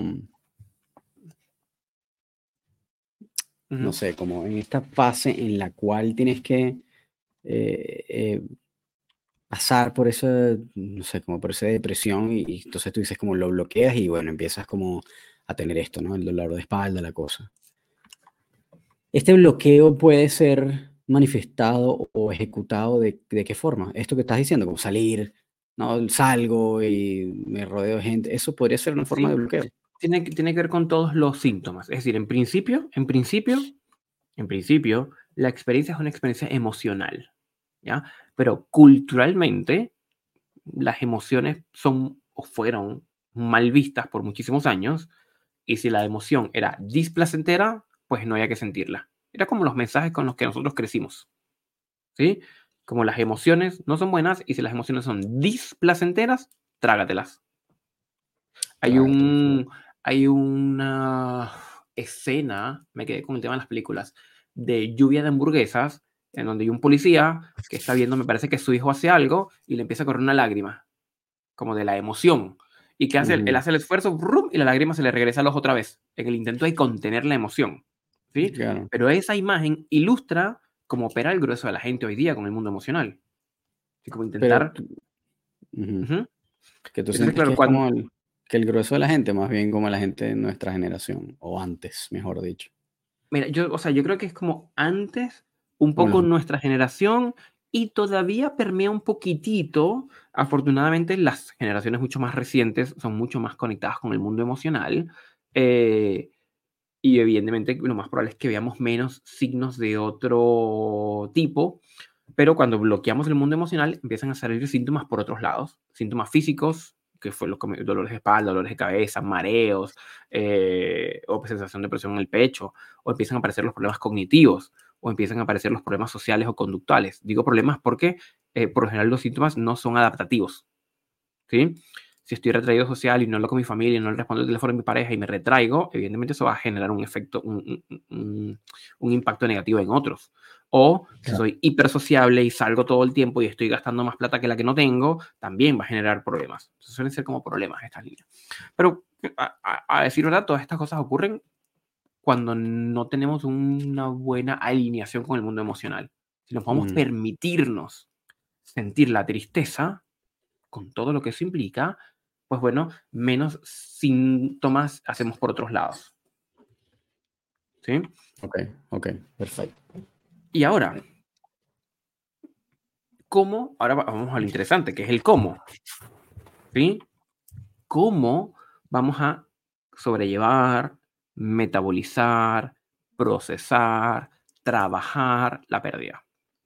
A: no
B: Ujú.
A: sé, como en esta fase en la cual tienes que eh, eh, pasar por esa, no sé, como por esa depresión y entonces tú dices como lo bloqueas y bueno, empiezas como a tener esto, ¿no? El dolor de espalda, la cosa. Este bloqueo puede ser manifestado o ejecutado de qué forma? Esto que estás diciendo, como salir, no salgo y me rodeo de gente, eso podría ser una forma de
B: Sí,
A: bloqueo.
B: tiene que ver con todos los síntomas. Es decir, en principio, la experiencia es una experiencia emocional, ¿ya? Pero culturalmente, las emociones son o fueron mal vistas por muchísimos años, y si la emoción era displacentera, pues no había que sentirla. Era como los mensajes con los que nosotros crecimos, ¿sí? Como las emociones no son buenas, y si las emociones son displacenteras, trágatelas. Hay
A: Trágatelo.
B: hay una escena, me quedé con el tema de las películas, de Lluvia de hamburguesas, en donde hay un policía que está viendo, me parece que su hijo hace algo y le empieza a correr una lágrima, como de la emoción. ¿Y qué hace él? Él
A: Ujú,
B: hace el esfuerzo ¡brum! Y la lágrima se le regresa al ojo otra vez, en el intento de contener la emoción, ¿sí?
A: claro,
B: Pero esa imagen ilustra cómo opera el grueso de la gente hoy día con el mundo emocional. Así como
A: pero
B: intentar...
A: ujú,
B: Ujú.
A: que tú
B: Entonces,
A: sientes que
B: claro,
A: es como que el grueso de la gente, más bien como la gente de nuestra generación, o antes, mejor dicho,
B: mira, o sea, yo creo que es como antes, un
A: como
B: poco
A: los...
B: nuestra generación, y todavía permea un poquitito. Afortunadamente, las generaciones mucho más recientes son mucho más conectadas con el mundo emocional. eh, y evidentemente lo más probable es que veamos menos signos de otro tipo, pero cuando bloqueamos el mundo emocional empiezan a salir síntomas por otros lados, síntomas físicos, que fue dolores de espalda, dolores de cabeza, mareos, o sensación de presión en el pecho, o empiezan a aparecer los problemas cognitivos, o empiezan a aparecer los problemas sociales o conductuales. Digo problemas porque por lo general los síntomas no son adaptativos, ¿sí? Si estoy retraído social y no hablo con mi familia, y no le respondo el teléfono a mi pareja y me retraigo, evidentemente eso va a generar un efecto, un impacto negativo en otros. O si
A: Claro.
B: soy hipersociable y salgo todo el tiempo y estoy gastando más plata que la que no tengo, también va a generar problemas. Entonces, suelen ser como problemas estas líneas. Pero a decir verdad, todas estas cosas ocurren cuando no tenemos una buena alineación con el mundo emocional. Si nos podemos
A: Mm,
B: permitirnos sentir la tristeza, con todo lo que eso implica, pues bueno, menos síntomas hacemos por otros lados. ¿Sí?
A: Ok, perfecto.
B: Y ahora, ¿cómo? Ahora vamos a lo interesante, que es el cómo. ¿Sí? ¿Cómo vamos a sobrellevar, metabolizar, procesar, trabajar la pérdida?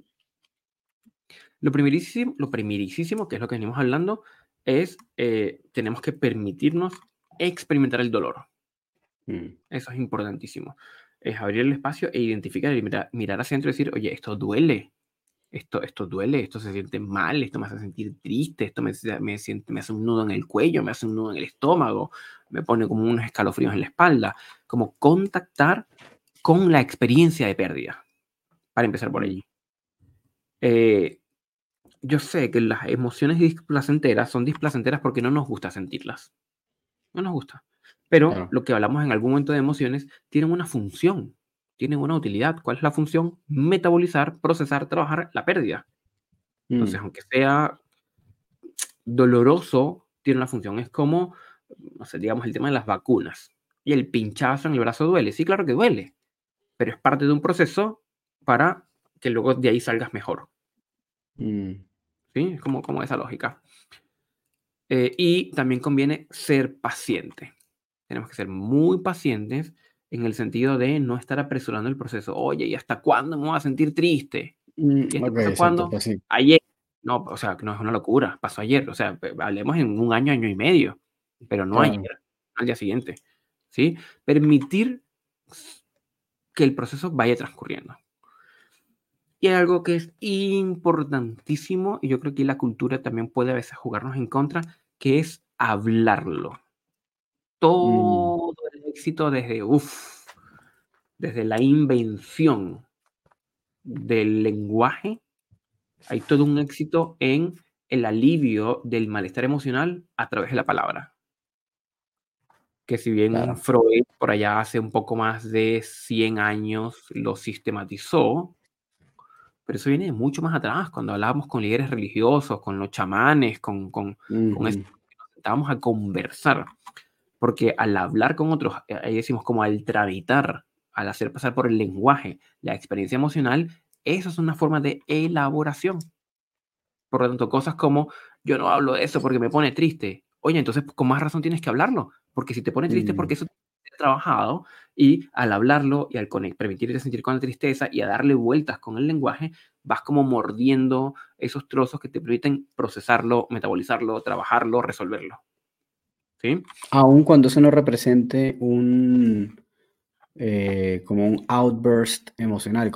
B: Lo primerísimo, que es lo que venimos hablando, es tenemos que permitirnos experimentar el dolor. Eso es importantísimo. Es abrir el espacio e identificar y mirar hacia adentro y decir, oye, esto duele. Esto duele, esto se siente mal, esto me hace sentir triste, esto me hace un nudo en el cuello, me hace un nudo en el estómago, me pone como unos escalofríos en la espalda. Como contactar con la experiencia de pérdida, para empezar por allí. Yo sé que las emociones displacenteras son displacenteras porque no nos gusta sentirlas. No nos gusta. Pero
A: Claro.
B: lo que hablamos en algún momento de emociones tienen una función, tienen una utilidad. ¿Cuál es la función? Metabolizar, procesar, trabajar la pérdida. Entonces, aunque sea doloroso, tiene una función. Es como, no sé, digamos, el tema de las vacunas. Y el pinchazo en el brazo duele. Sí, claro que duele. Pero es parte de un proceso para que luego de ahí salgas mejor. ¿Sí? Es como esa lógica. Y también conviene ser paciente. Tenemos que ser muy pacientes en el sentido de no estar apresurando el proceso. Oye, ¿y hasta cuándo me voy a sentir triste? ¿Y este
A: Ok,
B: pasó
A: exacto,
B: cuándo?
A: pues sí.
B: Ayer. No, o sea, no es una locura. Pasó ayer. O sea, hablemos en un año, año y medio. Pero no
A: Claro.
B: ayer, al día siguiente. ¿Sí? Permitir que el proceso vaya transcurriendo. Y hay algo que es importantísimo, y yo creo que la cultura también puede a veces jugarnos en contra, que es hablarlo. Todo el éxito desde la invención del lenguaje, hay todo un éxito en el alivio del malestar emocional a través de la palabra. Que si bien
A: Claro.
B: Freud, por allá hace un poco más de 100 años, lo sistematizó, pero eso viene de mucho más atrás, cuando hablábamos con líderes religiosos, con los chamanes, con eso,
A: Ujú.
B: que nos sentábamos a conversar. Porque al hablar con otros, ahí decimos como al tramitar, al hacer pasar por el lenguaje la experiencia emocional, eso es una forma de elaboración. Por lo tanto, cosas como, yo no hablo de eso porque me pone triste. Oye, entonces con más razón tienes que hablarlo, porque si te pone triste es porque eso tiene que ser trabajado, y al hablarlo y al permitirte sentir con la tristeza y a darle vueltas con el lenguaje, vas como mordiendo esos trozos que te permiten procesarlo, metabolizarlo, trabajarlo, resolverlo. ¿Sí?
A: Aun cuando eso no represente como un outburst emocional,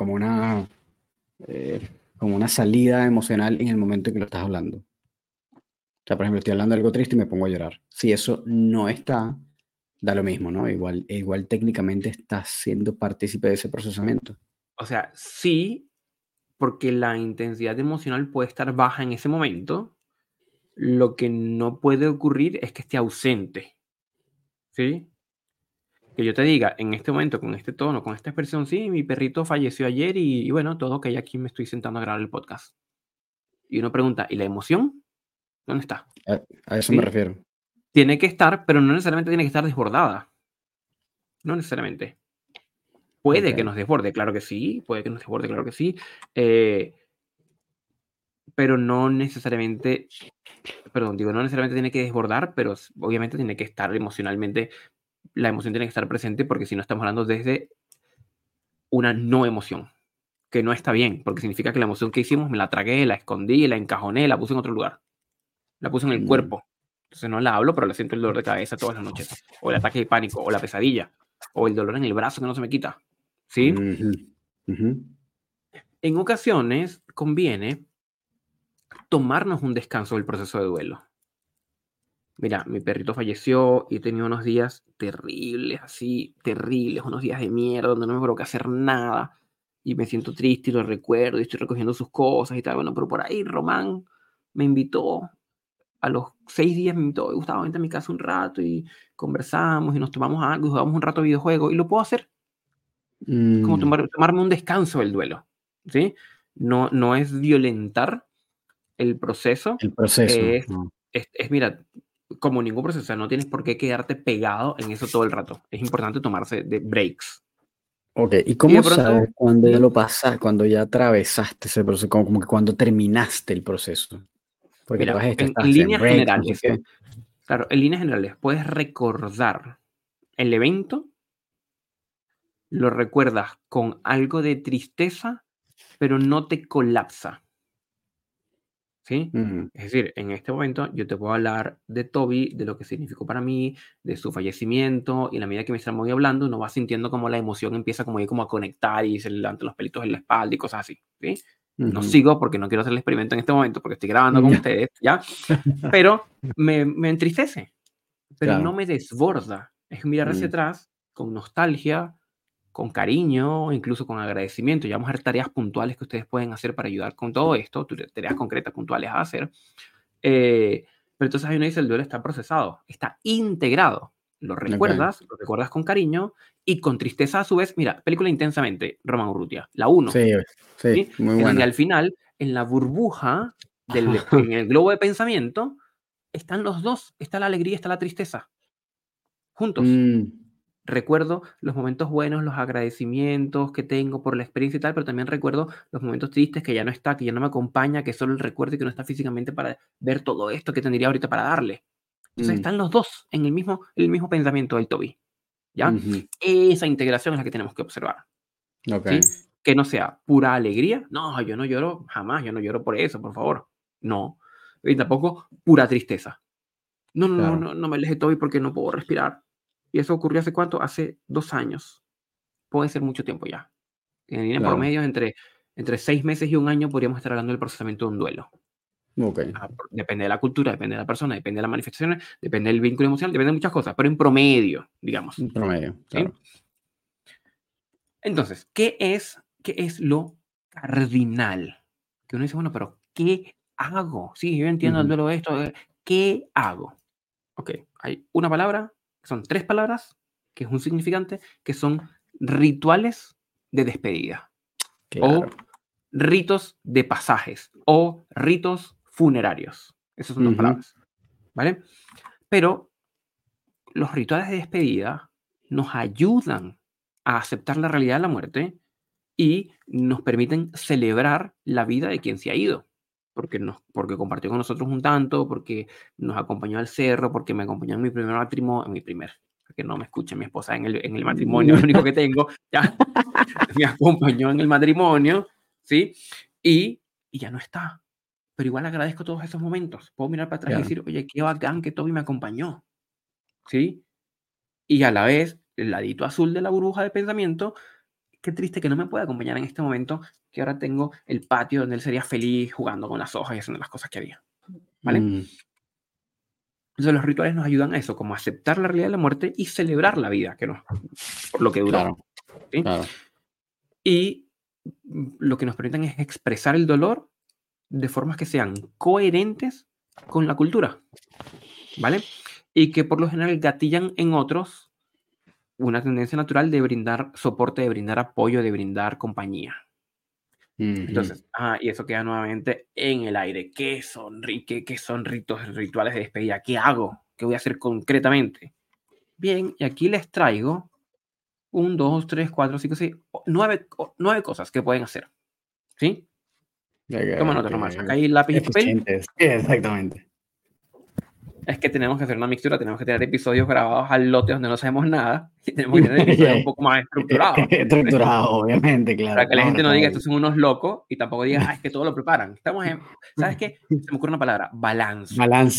A: como una salida emocional en el momento en que lo estás hablando. O sea, por ejemplo, estoy hablando de algo triste y me pongo a llorar. Si eso no está, da lo mismo, ¿no? Igual técnicamente estás siendo partícipe de ese procesamiento.
B: O sea, sí, porque la intensidad emocional puede estar baja en ese momento. Lo que no puede ocurrir es que esté ausente, ¿sí? Que yo te diga en este momento, con este tono, con esta expresión, sí, mi perrito falleció ayer y bueno, todo que aquí me estoy sentando a grabar el podcast. Y uno pregunta, ¿y la emoción? ¿Dónde está?
A: A eso me
B: ¿Sí?
A: refiero.
B: Tiene que estar, pero no necesariamente tiene que estar desbordada. No necesariamente.
A: Ok.
B: Puede que nos desborde, claro que sí. Puede que nos desborde, claro que sí. Pero no necesariamente, perdón, digo, no necesariamente tiene que desbordar, pero obviamente tiene que estar emocionalmente, la emoción tiene que estar presente, porque si no estamos hablando desde una no emoción, que no está bien, porque significa que la emoción que hicimos me la tragué, la escondí, la encajoné, la puse en otro lugar, la puse en el
A: Mm.
B: cuerpo. Entonces no la hablo, pero le siento el dolor de cabeza todas las noches, o el ataque de pánico, o la pesadilla, o el dolor en el brazo que no se me quita. ¿Sí?
A: Ujú. Ujú.
B: En ocasiones conviene tomarnos un descanso del proceso de duelo. Mira, mi perrito falleció y he tenido unos días terribles, así, terribles, unos días de mierda donde no me provoca hacer nada y me siento triste y lo recuerdo y estoy recogiendo sus cosas y tal. Bueno, pero por ahí Román me invitó, a los 6 días me invitó, Gustavo, vente a mi casa un rato y conversamos y nos tomamos algo y jugamos un rato de videojuego, y lo puedo hacer. Es como
A: Mm.
B: tomarme un descanso del duelo, ¿sí? No es violentar el proceso,
A: El proceso.
B: es, mira, como ningún proceso, o sea, no tienes por qué quedarte pegado en eso todo el rato. Es importante tomarse de breaks.
A: Ok, ¿y
B: Y de
A: cómo sabes
B: pronto,
A: cuando ya
B: ujú,
A: lo pasaste, cuando ya atravesaste ese proceso, como que cuando terminaste el proceso? Porque
B: mira,
A: todas estas
B: en
A: estás en
B: líneas
A: breaks, no sé
B: generales,
A: qué.
B: claro, en líneas generales, puedes recordar el evento, lo recuerdas con algo de tristeza, pero no te colapsa. ¿Sí?
A: Ujú,
B: Es decir, en este momento yo te puedo hablar de Toby, de lo que significó para mí, de su fallecimiento, y en la medida que me estamos hablando, uno va sintiendo como la emoción empieza como, ahí como a conectar y se le levantan los pelitos en la espalda y cosas así, ¿sí? No
A: ujú.
B: sigo porque no quiero hacer el experimento en este momento, porque estoy grabando con
A: Ya.
B: ustedes, ¿ya? Pero me entristece, pero no
A: Claro.
B: me desborda. Es mirar hacia
A: Mm,
B: atrás con nostalgia, con cariño, incluso con agradecimiento. Ya vamos a ver tareas puntuales que ustedes pueden hacer para ayudar con todo esto, tareas concretas, puntuales a hacer. Pero entonces ahí uno dice, el duelo está procesado, está integrado.
A: ok.
B: Lo recuerdas con cariño y con tristeza a su vez. Mira, película Intensamente, Roman Urrutia, la uno,
A: Sí, sí,
B: ¿sí?
A: muy
B: En donde
A: buena.
B: al final, en la burbuja,
A: Ajá.
B: en el globo de pensamiento, están los dos, está la alegría, está la tristeza, juntos.
A: Mm,
B: Recuerdo los momentos buenos, los agradecimientos que tengo por la experiencia y tal, pero también recuerdo los momentos tristes que ya no está, que ya no me acompaña, que solo el recuerdo y que no está físicamente para ver todo esto que tendría ahorita para darle. Entonces
A: mm,
B: están los dos en el mismo pensamiento del Toby, ¿ya?
A: ujú.
B: Esa integración es la que tenemos que observar,
A: Ok,
B: ¿sí? Que no sea pura alegría. No, yo no lloro jamás, yo no lloro por eso, por favor. No. Y tampoco pura tristeza. No, no, no,
A: claro,
B: no, no me aleje Toby porque no puedo respirar. ¿Y eso ocurrió hace cuánto? Hace 2 años. Puede ser mucho tiempo ya. En línea
A: claro.
B: promedio, entre 6 meses y un año podríamos estar hablando del procesamiento de un duelo.
A: Ok,
B: Depende de la cultura, depende de la persona, depende de las manifestaciones, depende del vínculo emocional, depende de muchas cosas, pero en promedio, digamos.
A: un promedio,
B: ¿Sí?
A: claro.
B: Entonces, qué es lo cardinal? Que uno dice, bueno, pero ¿qué hago? Sí, yo entiendo el
A: Ujú.
B: duelo de esto. ¿Qué hago? Ok, hay una palabra, son 3 palabras, que es un significante, que son rituales de despedida
A: Claro.
B: o ritos de pasajes o ritos funerarios. Esas son dos
A: Ujú.
B: palabras, ¿vale? Pero los rituales de despedida nos ayudan a aceptar la realidad de la muerte y nos permiten celebrar la vida de quien se ha ido. Porque compartió con nosotros un tanto, porque nos acompañó al cerro, porque me acompañó en mi primer matrimonio, que no me escuche mi esposa en el matrimonio, lo único que tengo, ya, me acompañó en el matrimonio, ¿sí? Y, y ya no está. Pero igual agradezco todos esos momentos. Puedo mirar para atrás y
A: Claro,
B: decir, oye, qué bacán que Toby me acompañó, ¿sí? Y a la vez, el ladito azul de la burbuja de pensamiento, qué triste que no me pueda acompañar en este momento, que ahora tengo el patio donde él sería feliz jugando con las hojas y haciendo las cosas que haría, ¿vale?
A: mm,
B: Entonces los rituales nos ayudan a eso, como a aceptar la realidad de la muerte y celebrar la vida, por lo que duró,
A: claro,
B: ¿sí?
A: claro.
B: Y lo que nos permiten es expresar el dolor de formas que sean coherentes con la cultura, ¿vale? Y que por lo general gatillan en otros una tendencia natural de brindar soporte, de brindar apoyo, de brindar compañía.
A: Ujú.
B: Entonces, y eso queda nuevamente en el aire. ¿Qué son rituales de despedida? ¿Qué hago? ¿Qué voy a hacer concretamente? Bien, y aquí les traigo 1, 2, 3, 4, 5, 6, 9 cosas que pueden hacer. ¿Sí? Toma nota nomás. Acá hay lápiz y papel.
A: Eficientes. Exactamente.
B: Es que tenemos que hacer una mixtura, tenemos que tener episodios grabados al lote donde no sabemos nada y tenemos que tener episodios un poco más estructurados.
A: Estructurado, obviamente,
B: Para
A: claro.
B: que la
A: No, no
B: gente no
A: está
B: diga
A: bien.
B: estos son unos locos y tampoco diga, es que todo lo preparan. ¿Sabes qué? Se me ocurre una palabra, balance.
A: Balance.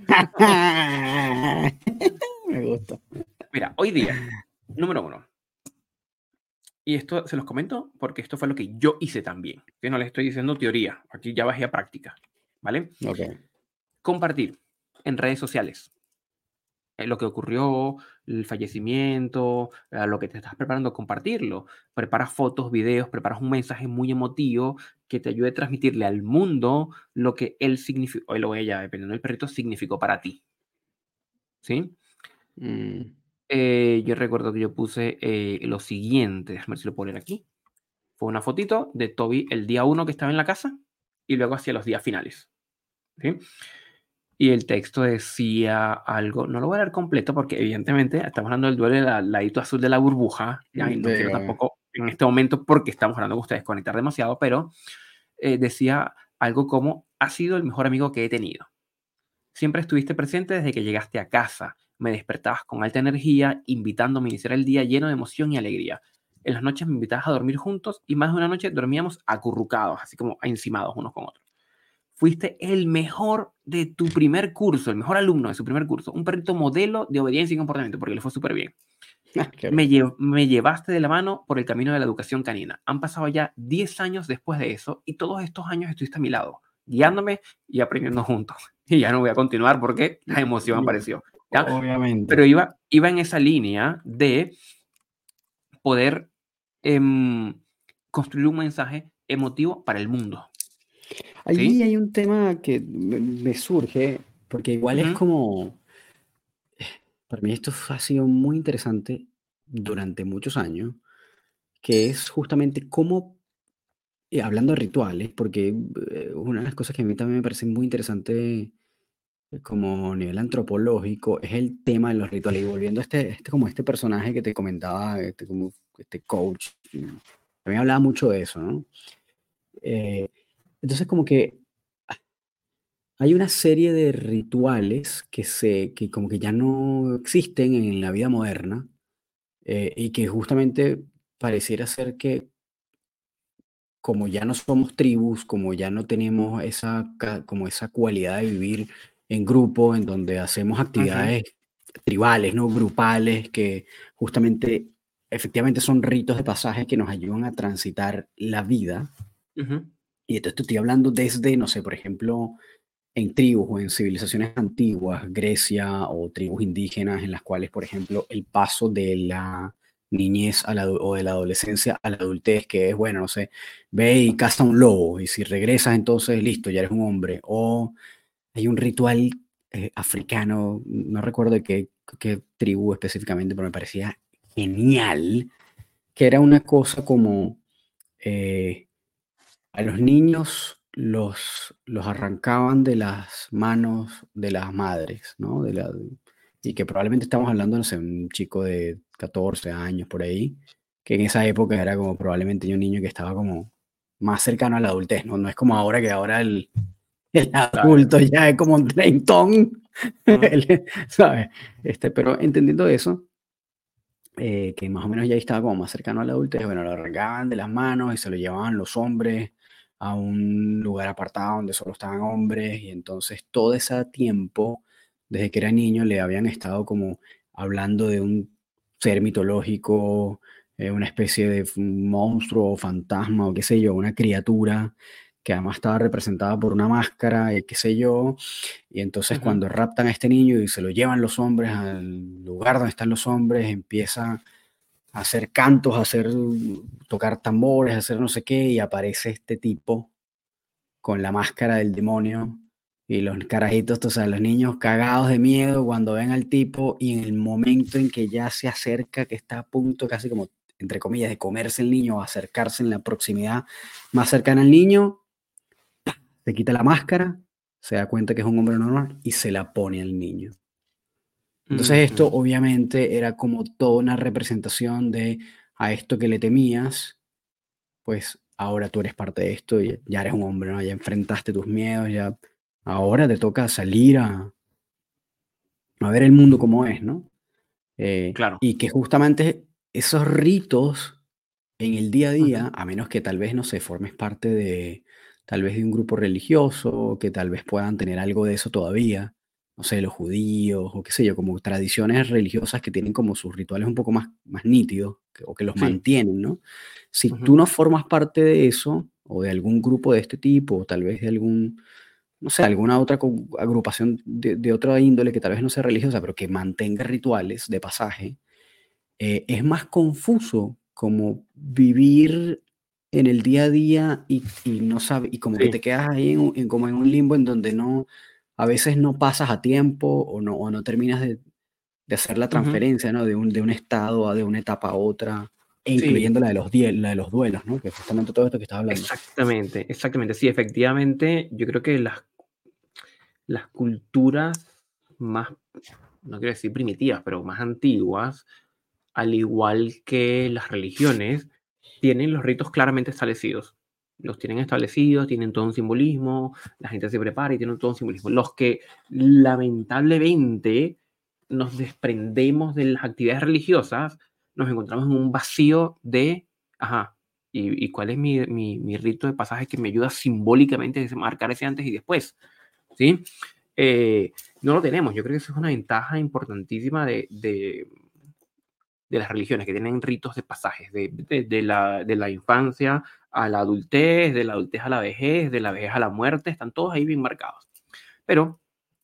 A: Me gusta.
B: Mira, hoy día, número uno, y esto se los comento porque esto fue lo que yo hice también, que no les estoy diciendo teoría, aquí ya bajé a práctica, ¿vale?
A: Ok.
B: Compartir en redes sociales lo que ocurrió, el fallecimiento, lo que te estás preparando, compartirlo. Preparas fotos, videos, preparas un mensaje muy emotivo que te ayude a transmitirle al mundo lo que él significó, él o ella, dependiendo del perrito, significó para ti, ¿sí?
A: Mm,
B: Yo recuerdo que yo puse lo siguiente, déjame ver si lo puedo poner aquí. Fue una fotito de Toby el día 1 que estaba en la casa y luego hacia los días finales, ¿sí? Y el texto decía algo, no lo voy a leer completo porque evidentemente estamos hablando del duelo del ladito azul de la burbuja, ¿ya? Y no quiero
A: digo,
B: tampoco en este momento porque estamos hablando con ustedes, conectar demasiado, pero decía algo como, has sido el mejor amigo que he tenido. Siempre estuviste presente desde que llegaste a casa. Me despertabas con alta energía, invitándome a iniciar el día lleno de emoción y alegría. En las noches me invitabas a dormir juntos y más de una noche dormíamos acurrucados, así como encimados unos con otros. Fuiste el mejor de tu primer curso, el mejor alumno de su primer curso, un perrito modelo de obediencia y comportamiento, porque le fue súper bien. Me llevaste de la mano por el camino de la educación canina. Han pasado ya 10 años después de eso y todos estos años estuviste a mi lado, guiándome y aprendiendo juntos. Y ya no voy a continuar porque la emoción apareció. ¿Ya?
A: Obviamente.
B: Pero iba en esa línea de poder construir un mensaje emotivo para el mundo.
A: Allí
B: ¿Sí?
A: hay un tema que me surge, porque igual es
B: Ujú,
A: como, para mí esto ha sido muy interesante durante muchos años, que es justamente cómo, hablando de rituales, porque una de las cosas que a mí también me parece muy interesante como a nivel antropológico es el tema de los rituales. Y volviendo a como este personaje que te comentaba, como este coach, también hablaba mucho de eso, ¿no? Eh, entonces como que hay una serie de rituales que como que ya no existen en la vida moderna, y que justamente pareciera ser que como ya no somos tribus, como ya no tenemos como esa cualidad de vivir en grupo, en donde hacemos
B: ujú,
A: actividades tribales, ¿no? Grupales, que justamente efectivamente son ritos de pasaje que nos ayudan a transitar la vida.
B: ujú,
A: Y entonces te estoy hablando desde, no sé, por ejemplo, en tribus o en civilizaciones antiguas, Grecia o tribus indígenas, en las cuales, por ejemplo, el paso de la niñez o de la adolescencia a la adultez, que es, bueno, no sé, ve y caza un lobo, y si regresas, entonces listo, ya eres un hombre. O hay un ritual africano, no recuerdo de qué tribu específicamente, pero me parecía genial, que era una cosa como eh, a los niños los arrancaban de las manos de las madres, ¿no? Y que probablemente estamos hablando, no sé, un chico de 14 años por ahí, que en esa época era como probablemente un niño que estaba como más cercano a la adultez, ¿no? No es como ahora que ahora el
B: claro.
A: adulto ya es como un treintón,
B: Ujú,
A: ¿sabes? Pero entendiendo eso, que más o menos ya estaba como más cercano a la adultez, bueno, lo arrancaban de las manos y se lo llevaban los hombres a un lugar apartado donde solo estaban hombres, y entonces todo ese tiempo, desde que era niño, le habían estado como hablando de un ser mitológico, una especie de monstruo o fantasma o qué sé yo, una criatura que además estaba representada por una máscara, qué sé yo, y entonces
B: ujú,
A: cuando raptan a este niño y se lo llevan los hombres al lugar donde están los hombres, empieza a hacer cantos, tocar tambores, a hacer no sé qué, y aparece este tipo con la máscara del demonio y los carajitos, o sea, los niños cagados de miedo cuando ven al tipo, y en el momento en que ya se acerca, que está a punto casi como, entre comillas, de comerse el niño o acercarse en la proximidad más cercana al niño, se quita la máscara, se da cuenta que es un hombre normal y se la pone al niño. Entonces esto
B: ujú.
A: obviamente era como toda una representación de a esto que le temías, pues ahora tú eres parte de esto y ya eres un hombre, ¿no? Ya enfrentaste tus miedos, ya ahora te toca salir a ver el mundo como es, ¿no?
B: Claro.
A: Y que justamente esos ritos en el día a
B: Ujú,
A: día, a menos que tal vez, no sé, formes parte de tal vez de un grupo religioso, que tal vez puedan tener algo de eso todavía, no sé, los judíos o qué sé yo, como tradiciones religiosas que tienen como sus rituales un poco más nítidos o que los
B: sí.
A: mantienen, ¿no? Si tú
B: Ujú,
A: no formas parte de eso o de algún grupo de este tipo, o tal vez de no sé, alguna otra agrupación de otra índole que tal vez no sea religiosa, pero que mantenga rituales de pasaje, es más confuso como vivir en el día a día y no sabe, y como que
B: sí.
A: te quedas ahí como en un limbo en donde no, a veces no pasas a tiempo o no terminas de hacer la
B: Ujú,
A: transferencia, ¿no? De un estado de una etapa a otra, e
B: sí.
A: incluyendo la de los duelos, ¿no? Que es justamente todo esto que estás hablando.
B: Exactamente, exactamente. Sí, efectivamente, yo creo que las culturas más, no quiero decir primitivas, pero más antiguas, al igual que las religiones, tienen los ritos claramente establecidos. Los tienen establecidos, tienen todo un simbolismo, la gente se prepara y tienen todo un simbolismo. Los que lamentablemente nos desprendemos de las actividades religiosas, nos encontramos en un vacío de, ajá, ¿y cuál es mi rito de pasaje que me ayuda simbólicamente a marcar ese antes y después? ¿Sí? No lo tenemos. Yo creo que eso es una ventaja importantísima de las religiones, que tienen ritos de pasajes, de la infancia a la adultez, de la adultez a la vejez, de la vejez a la muerte, están todos ahí bien marcados. Pero,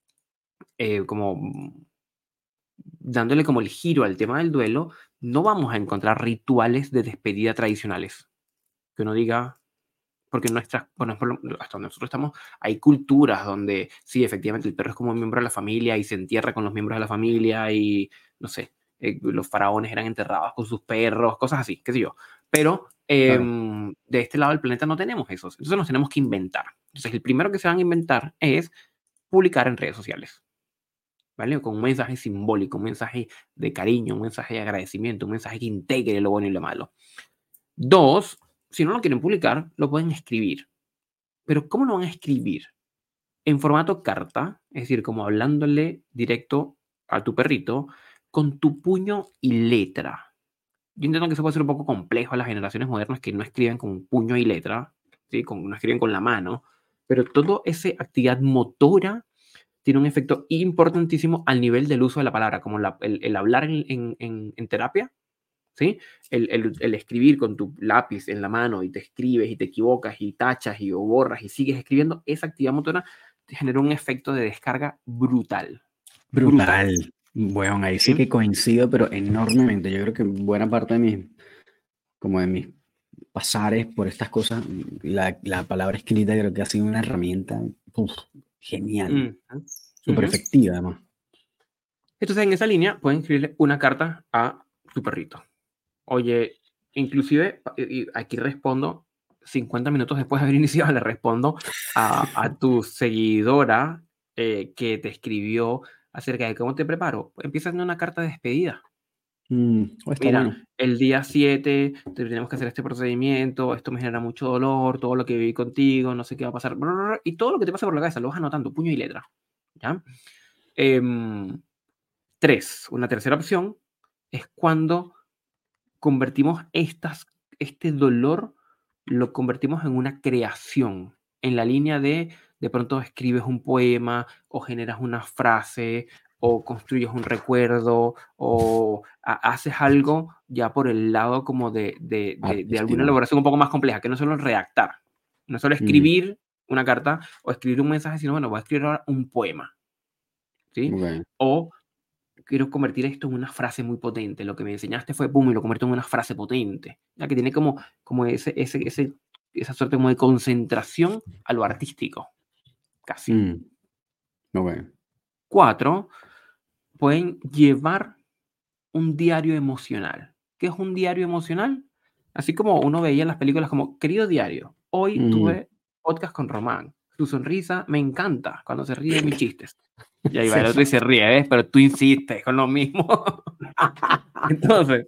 B: como dándole como el giro al tema del duelo, no vamos a encontrar rituales de despedida tradicionales. Que uno diga, porque nuestras, bueno, hasta donde nosotros estamos, hay culturas donde sí, efectivamente, el perro es como un miembro de la familia y se entierra con los miembros de la familia y, no sé, los faraones eran enterrados con sus perros, cosas así, qué sé yo. Pero
A: Claro.
B: de este lado del planeta no tenemos esos, entonces nos tenemos que inventar. Entonces, el primero que se van a inventar es publicar en redes sociales, ¿vale? Con un mensaje simbólico, un mensaje de cariño, un mensaje de agradecimiento, un mensaje que integre lo bueno y lo malo. Dos, si no lo quieren publicar, lo pueden escribir. Pero ¿cómo lo van a escribir? En formato carta, es decir, como hablándole directo a tu perrito, con tu puño y letra. Yo entiendo que eso puede ser un poco complejo a las generaciones modernas que no escriben con puño y letra, ¿sí? No escriben con la mano, pero toda esa actividad motora tiene un efecto importantísimo al nivel del uso de la palabra, como el hablar en terapia, ¿sí? El escribir con tu lápiz en la mano y te escribes y te equivocas y tachas y o borras y sigues escribiendo, esa actividad motora te genera un efecto de descarga brutal. Brutal.
A: Brutal. Bueno, ahí sí
B: ¿Sí?
A: que coincido, pero enormemente. Yo creo que buena parte de mis pasares por estas cosas, la palabra escrita creo que ha sido una herramienta genial,
B: Ujú,
A: súper
B: ujú.
A: efectiva además.
B: Entonces, en esa línea pueden escribirle una carta a tu perrito. Oye, inclusive, y aquí respondo, 50 minutos después de haber iniciado, le respondo a tu seguidora que te escribió acerca de cómo te preparo. Empieza haciendo una carta de despedida.
A: Está
B: Mira,
A: bueno.
B: el día 7 tenemos que hacer este procedimiento, esto me genera mucho dolor, todo lo que viví contigo, no sé qué va a pasar, y todo lo que te pasa por la cabeza, lo vas anotando, puño y letra. ¿Ya? Em, Tres, una tercera opción es cuando convertimos este dolor, lo convertimos en una creación, en la línea de pronto escribes un poema o generas una frase o construyes un recuerdo o haces algo ya por el lado como de alguna
A: Artístico.
B: elaboración un poco más compleja, que no solo redactar, no solo
A: Mm,
B: escribir una carta o escribir un mensaje, sino bueno, voy a escribir ahora un poema, ¿sí?
A: ok.
B: O quiero convertir esto en una frase muy potente. Lo que me enseñaste fue, boom, y lo convierto en una frase potente. Ya que tiene como esa suerte como de concentración a lo artístico, casi.
A: Mm, ok.
B: Cuatro, pueden llevar un diario emocional. ¿Qué es un diario emocional? Así como uno veía en las películas como, querido diario, hoy
A: Mm,
B: tuve podcast con Román. Su sonrisa me encanta cuando se ríe de mis chistes. Y ahí va
A: se
B: el otro y se ríe, ¿ves? Pero tú insistes con lo mismo. Entonces,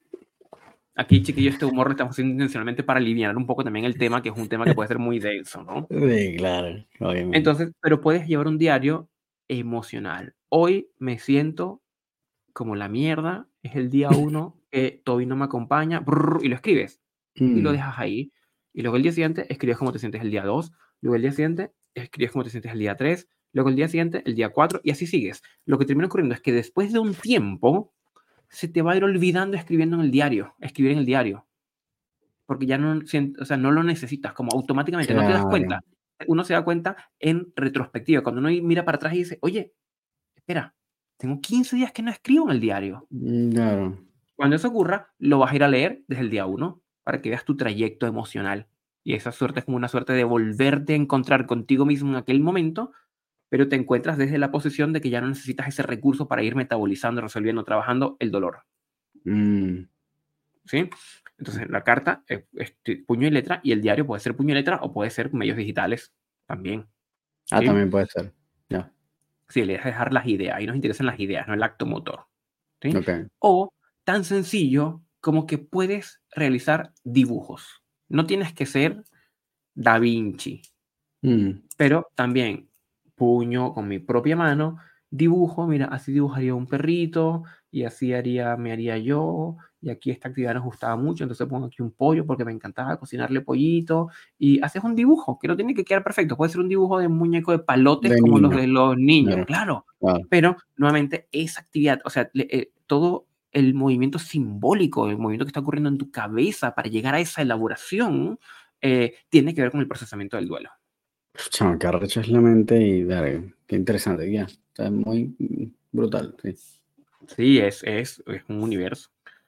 B: aquí, chiquillos, este humor lo estamos haciendo intencionalmente para aliviar un poco también el tema, que es un tema que puede ser muy denso, ¿no?
A: Sí, claro, obviamente.
B: Entonces, pero puedes llevar un diario emocional. Hoy me siento como la mierda, es el día uno que Toby no me acompaña, y lo escribes y lo
A: Mm,
B: dejas ahí. Y luego el día siguiente escribes cómo te sientes el día 2, luego el día siguiente escribes cómo te sientes el día 3, luego el día siguiente, el día 4, y así sigues. Lo que termina ocurriendo es que después de un tiempo se te va a ir olvidando escribiendo en el diario, escribir en el diario. Porque ya no, o sea, no lo necesitas, como automáticamente, no te das
A: claro,
B: cuenta. Uno se da cuenta en retrospectiva, cuando uno mira para atrás y dice, oye, espera, tengo 15 días que no escribo en el diario.
A: claro.
B: Cuando eso ocurra, lo vas a ir a leer desde el día uno para que veas tu trayecto emocional. Y esa suerte es como una suerte de volverte a encontrar contigo mismo en aquel momento, pero te encuentras desde la posición de que ya no necesitas ese recurso para ir metabolizando, resolviendo, trabajando el dolor.
A: Mm,
B: ¿Sí? Entonces, la carta es puño y letra, y el diario puede ser puño y letra o puede ser medios digitales también. ¿Sí?
A: también puede ser. Ya,
B: Sí, le dejar las ideas. Ahí nos interesan las ideas, no el acto motor. ¿Sí?
A: ok.
B: O tan sencillo como que puedes realizar dibujos. No tienes que ser Da Vinci, pero también puño con mi propia mano, dibujo, mira, así dibujaría un perrito y así me haría yo, y aquí esta actividad nos gustaba mucho, entonces pongo aquí un pollo porque me encantaba cocinarle pollito, y haces un dibujo que no tiene que quedar perfecto, puede ser un dibujo de un muñeco de palotes
A: De
B: como los
A: niño,
B: de los niños,
A: claro,
B: claro,
A: claro.
B: pero nuevamente esa actividad, o sea, todo el movimiento simbólico, el movimiento que está ocurriendo en tu cabeza para llegar a esa elaboración, tiene que ver con el procesamiento del duelo.
A: Chamo, qué arrecho es la mente y verga, qué interesante, ya. Está muy brutal, sí.
B: Sí, es un universo.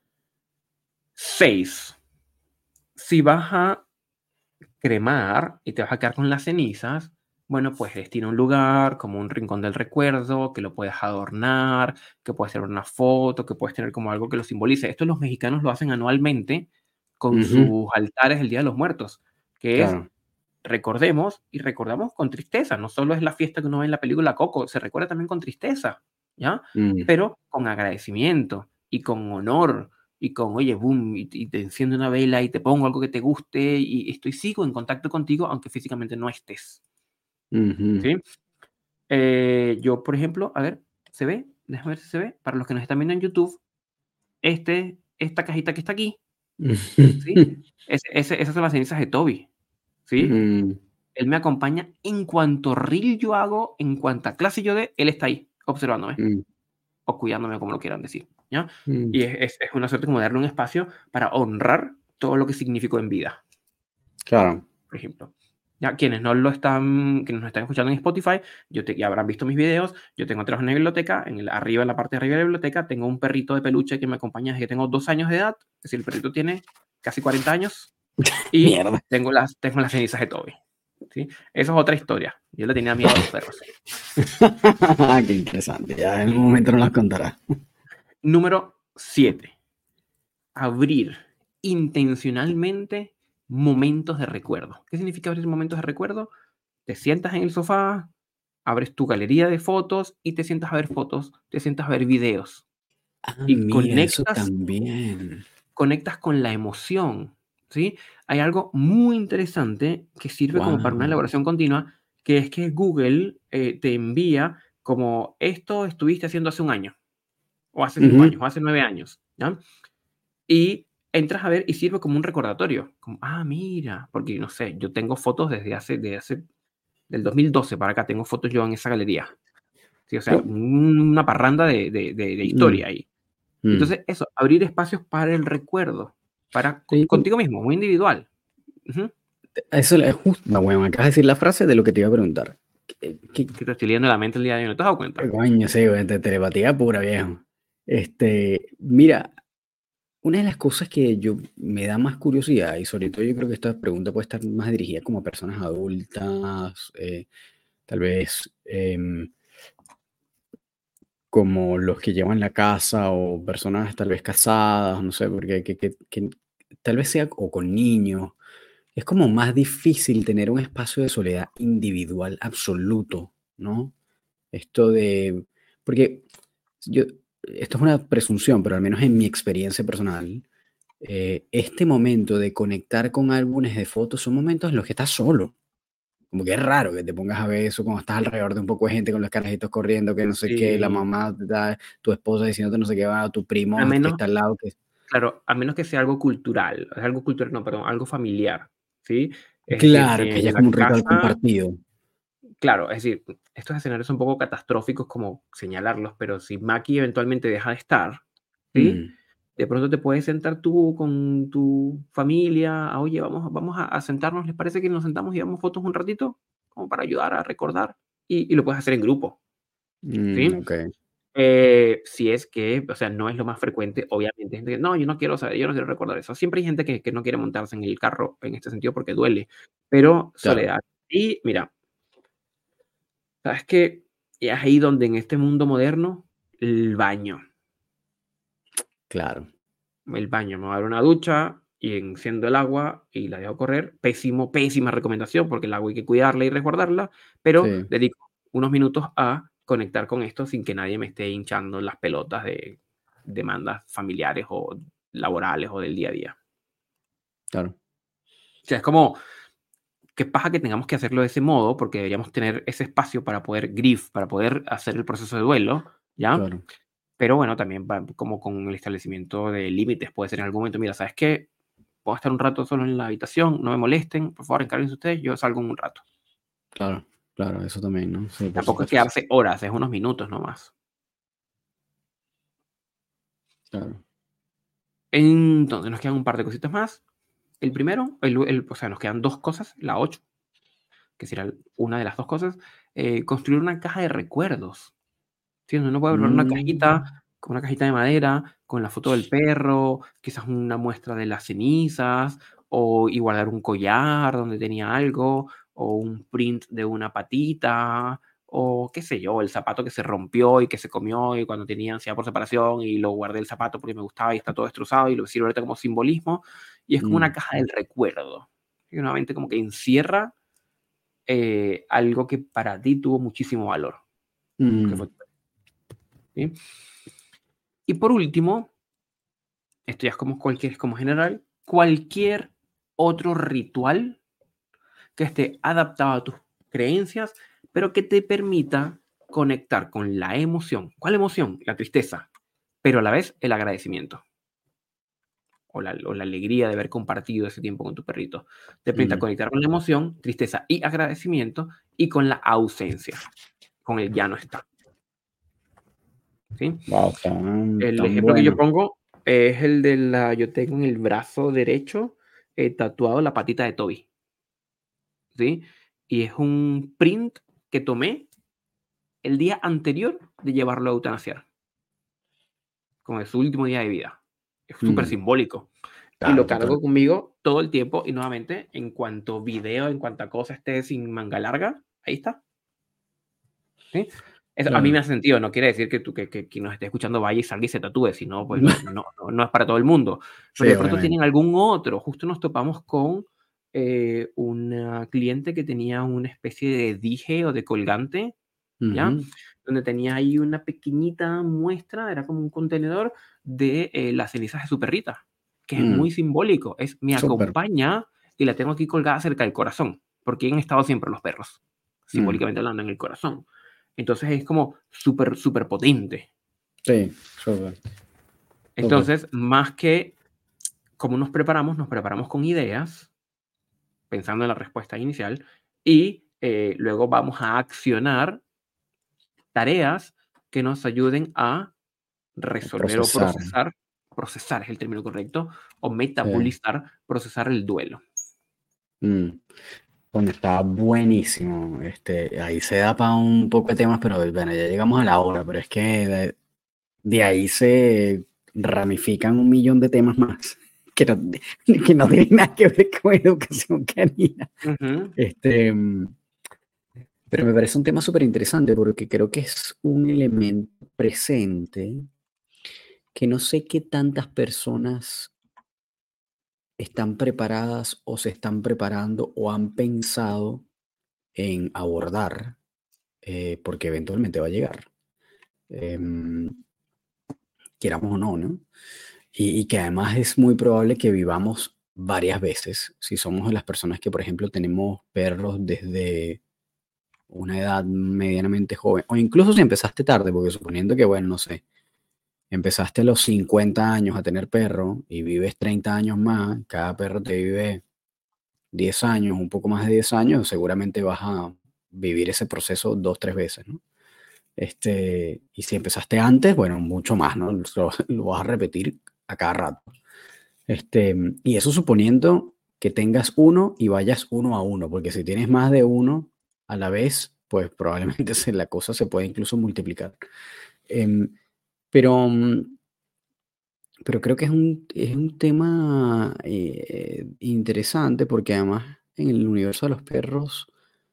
B: 6. Si vas a cremar y te vas a quedar con las cenizas, bueno, pues destina un lugar como un rincón del recuerdo, que lo puedes adornar, que puedes tener una foto, que puedes tener como algo que lo simbolice. Esto los mexicanos lo hacen anualmente con
A: Ujú,
B: sus altares del Día de los Muertos, que es
A: claro.
B: recordemos y recordamos con tristeza. No solo es la fiesta que uno ve en la película Coco, se recuerda también con tristeza, ¿ya?
A: Mm,
B: Pero con agradecimiento y con honor y con, oye, boom, y te enciendo una vela y te pongo algo que te guste y sigo en contacto contigo aunque físicamente no estés,
A: ujú.
B: ¿sí? Yo, por ejemplo, a ver, ¿se ve? Déjame ver si se ve. Para los que nos están viendo en YouTube, esta cajita que está aquí, ¿sí? Esas son las cenizas de Toby, ¿sí?
A: Mm,
B: Él me acompaña en cuanto reel yo hago, en cuanta clase yo dé, él está ahí, observándome
A: mm,
B: o cuidándome, como lo quieran decir, ¿ya?
A: mm.
B: Y es una suerte como darle un espacio para honrar todo lo que significó en vida,
A: Claro.
B: por ejemplo. Ya, quienes nos están escuchando en Spotify, ya habrán visto mis videos. Yo tengo trabajo en la biblioteca, arriba, en la parte de arriba de la biblioteca, tengo un perrito de peluche que me acompaña desde que tengo 2 años de edad. Es decir, el perrito tiene casi 40 años. Y
A: Mierda.
B: tengo las cenizas de Toby. ¿Sí? Eso es otra historia. Yo le tenía miedo a los perros.
A: Qué interesante. Ya en un momento no las contará.
B: Número 7. Abrir intencionalmente momentos de recuerdo. ¿Qué significa abrir momentos de recuerdo? Te sientas en el sofá, abres tu galería de fotos y te sientas a ver fotos, te sientas a ver videos
A: Ah,
B: y
A: mira, eso también.
B: conectas con la emoción, ¿sí? Hay algo muy interesante que sirve como para una
A: Wow.
B: elaboración continua, que es que Google te envía como esto estuviste haciendo hace un año, o hace 5 años,
A: Ujú.
B: o hace 9 años, ¿ya? Y entras a ver y sirve como un recordatorio, como, mira, porque no sé, yo tengo fotos del 2012 para acá, tengo fotos yo en esa galería, ¿sí? O sea,
A: Pero,
B: una parranda de
A: mm,
B: historia ahí.
A: mm.
B: Entonces, eso, abrir espacios para el recuerdo,
A: Sí,
B: contigo mismo, muy individual. Ujú.
A: eso es justo. No, bueno, acabas de decir la frase de lo que te iba a preguntar.
B: Que te estoy leyendo la mente el día de hoy, ¿no te has dado
A: Qué
B: cuenta?
A: coño, sí, güey, telepatía pura, viejo. Mira, una de las cosas que yo me da más curiosidad, y sobre todo yo creo que esta pregunta puede estar más dirigida como a personas adultas, tal vez como los que llevan la casa o personas tal vez casadas, no sé, porque que tal vez sea o con niños. Es como más difícil tener un espacio de soledad individual absoluto, ¿no? Esto de, porque yo, esto es una presunción, pero al menos en mi experiencia personal, este momento de conectar con álbumes de fotos son momentos en los que estás solo. Como que es raro que te pongas a ver eso cuando estás alrededor de un poco de gente con los carajitos corriendo, que no sé qué, la
B: Sí,
A: mamá, tu esposa diciéndote no sé qué va, tu
B: a
A: primo que
B: menos,
A: está al lado, que
B: claro, a menos que sea algo cultural, es algo cultural, no, perdón, algo familiar, ¿sí? Es decir, si
A: claro, que ya
B: en
A: es
B: la
A: como un ritual
B: casa,
A: compartido.
B: claro, es decir, estos escenarios son un poco catastróficos como señalarlos, pero si Maki eventualmente deja de estar, ¿sí?
A: Mm,
B: De pronto te puedes sentar tú con tu familia, oye, vamos a sentarnos, ¿les parece que nos sentamos y vemos fotos un ratito? Como para ayudar a recordar, y lo puedes hacer en grupo, ¿sí?
A: ok,
B: Si es que, o sea, no es lo más frecuente, obviamente, hay gente que, no, yo no quiero saber, yo no quiero recordar eso. Siempre hay gente que no quiere montarse en el carro en este sentido porque duele, pero
A: claro,
B: soledad. Y mira, ¿sabes qué? Y es ahí donde en este mundo moderno, el baño.
A: claro,
B: El baño, me voy a dar una ducha y enciendo el agua y la dejo correr. Pésima recomendación, porque el agua hay que cuidarla y resguardarla, pero
A: sí.
B: dedico unos minutos a conectar con esto sin que nadie me esté hinchando las pelotas de demandas familiares o laborales o del día a día.
A: Claro,
B: O sea, es como, qué paja que tengamos que hacerlo de ese modo, porque deberíamos tener ese espacio para poder grief, para poder hacer el proceso de duelo, ¿ya?
A: claro,
B: Pero bueno, también va como con el establecimiento de límites. Puede ser en algún momento, mira, ¿sabes qué? Puedo estar un rato solo en la habitación, no me molesten, por favor, encárguense ustedes, yo salgo en un rato.
A: claro, claro, eso también, ¿no? Sí, por
B: Tampoco es
A: supuesto.
B: quedarse horas, es unos minutos nomás.
A: Claro.
B: Entonces nos quedan un par de cositas más. El primero, o sea, nos quedan dos cosas, la 8, que será una de las dos cosas, construir una caja de recuerdos. ¿Sí? Uno puede hablar una
A: Mm,
B: cajita, con una cajita de madera, con la foto del perro, quizás una muestra de las cenizas, o y guardar un collar donde tenía algo, o un print de una patita, o qué sé yo, el zapato que se rompió y que se comió y cuando tenía ansiedad por separación y lo guardé el zapato porque me gustaba y está todo destrozado y lo sirve ahorita como simbolismo y es como una
A: mm,
B: caja del recuerdo. Y nuevamente como que encierra algo que para ti tuvo muchísimo valor, que
A: mm,
B: fue, ¿sí? Y por último, esto ya es como general, cualquier otro ritual que esté adaptado a tus creencias, pero que te permita conectar con la emoción. ¿Cuál emoción? La tristeza, pero a la vez el agradecimiento o la alegría de haber compartido ese tiempo con tu perrito. Te permita
A: mm.
B: conectar con la emoción, tristeza y agradecimiento y con la ausencia, con el ya no está. ¿Sí?
A: Wow, tan,
B: El
A: tan
B: ejemplo que yo
A: bueno.
B: pongo es el de yo tengo en el brazo derecho tatuado la patita de Toby, ¿sí? Y es un print que tomé el día anterior de llevarlo a eutanasiar, como de su último día de vida. Es súper
A: Mm,
B: simbólico. Y
A: claro,
B: lo
A: total.
B: cargo conmigo todo el tiempo y nuevamente, en cuanto video, en cuanto cosa esté sin manga larga, ahí está. ¿Sí? Eso a mí me
A: Claro.
B: hace sentido, no quiere decir que tú que quien nos esté escuchando vaya y salga y se tatúe, sino pues no es para todo el mundo. Pero
A: Sí,
B: de pronto tienen
A: obviamente.
B: algún otro. Justo nos topamos con una cliente que tenía una especie de dije o de colgante, ¿ya?
A: Ujú,
B: Donde tenía ahí una pequeñita muestra, era como un contenedor de las cenizas de su perrita, que es
A: mm,
B: muy simbólico. Es me
A: súper.
B: acompaña y la tengo aquí colgada cerca del corazón, porque han estado siempre los perros,
A: Mm,
B: simbólicamente hablando, en el corazón. Entonces es como súper, súper potente.
A: sí, súper, súper.
B: Entonces, más que cómo nos preparamos con ideas, pensando en la respuesta inicial, y luego vamos a accionar tareas que nos ayuden a resolver o
A: Procesar.
B: procesar es el término correcto, o
A: Sí.
B: metabolizar, procesar el duelo.
A: Mm. Bueno, está buenísimo. Ahí se da para un poco de temas, pero bueno, ya llegamos a la hora, pero es que de ahí se ramifican un millón de temas más que no tienen nada que ver con educación canina.
B: Ujú.
A: Este, pero me parece un tema súper interesante porque creo que es un elemento presente que no sé qué tantas personas están preparadas o se están preparando o han pensado en abordar, porque eventualmente va a llegar, em, queramos o no, ¿no? Y que además es muy probable que vivamos varias veces, si somos de las personas que, por ejemplo, tenemos perros desde una edad medianamente joven, o incluso si empezaste tarde, porque suponiendo que, bueno, no sé, empezaste a los 50 años a tener perro y vives 30 años más, cada perro te vive 10 años, un poco más de 10 años, seguramente vas a vivir ese proceso 2, 3 veces, ¿no? Y si empezaste antes, bueno, mucho más, ¿no? Lo vas a repetir a cada rato. Y eso suponiendo que tengas uno y vayas uno a uno, porque si tienes más de uno a la vez, pues probablemente la cosa se puede incluso multiplicar. Em, pero, pero creo que es un tema interesante porque además en el universo de los perros,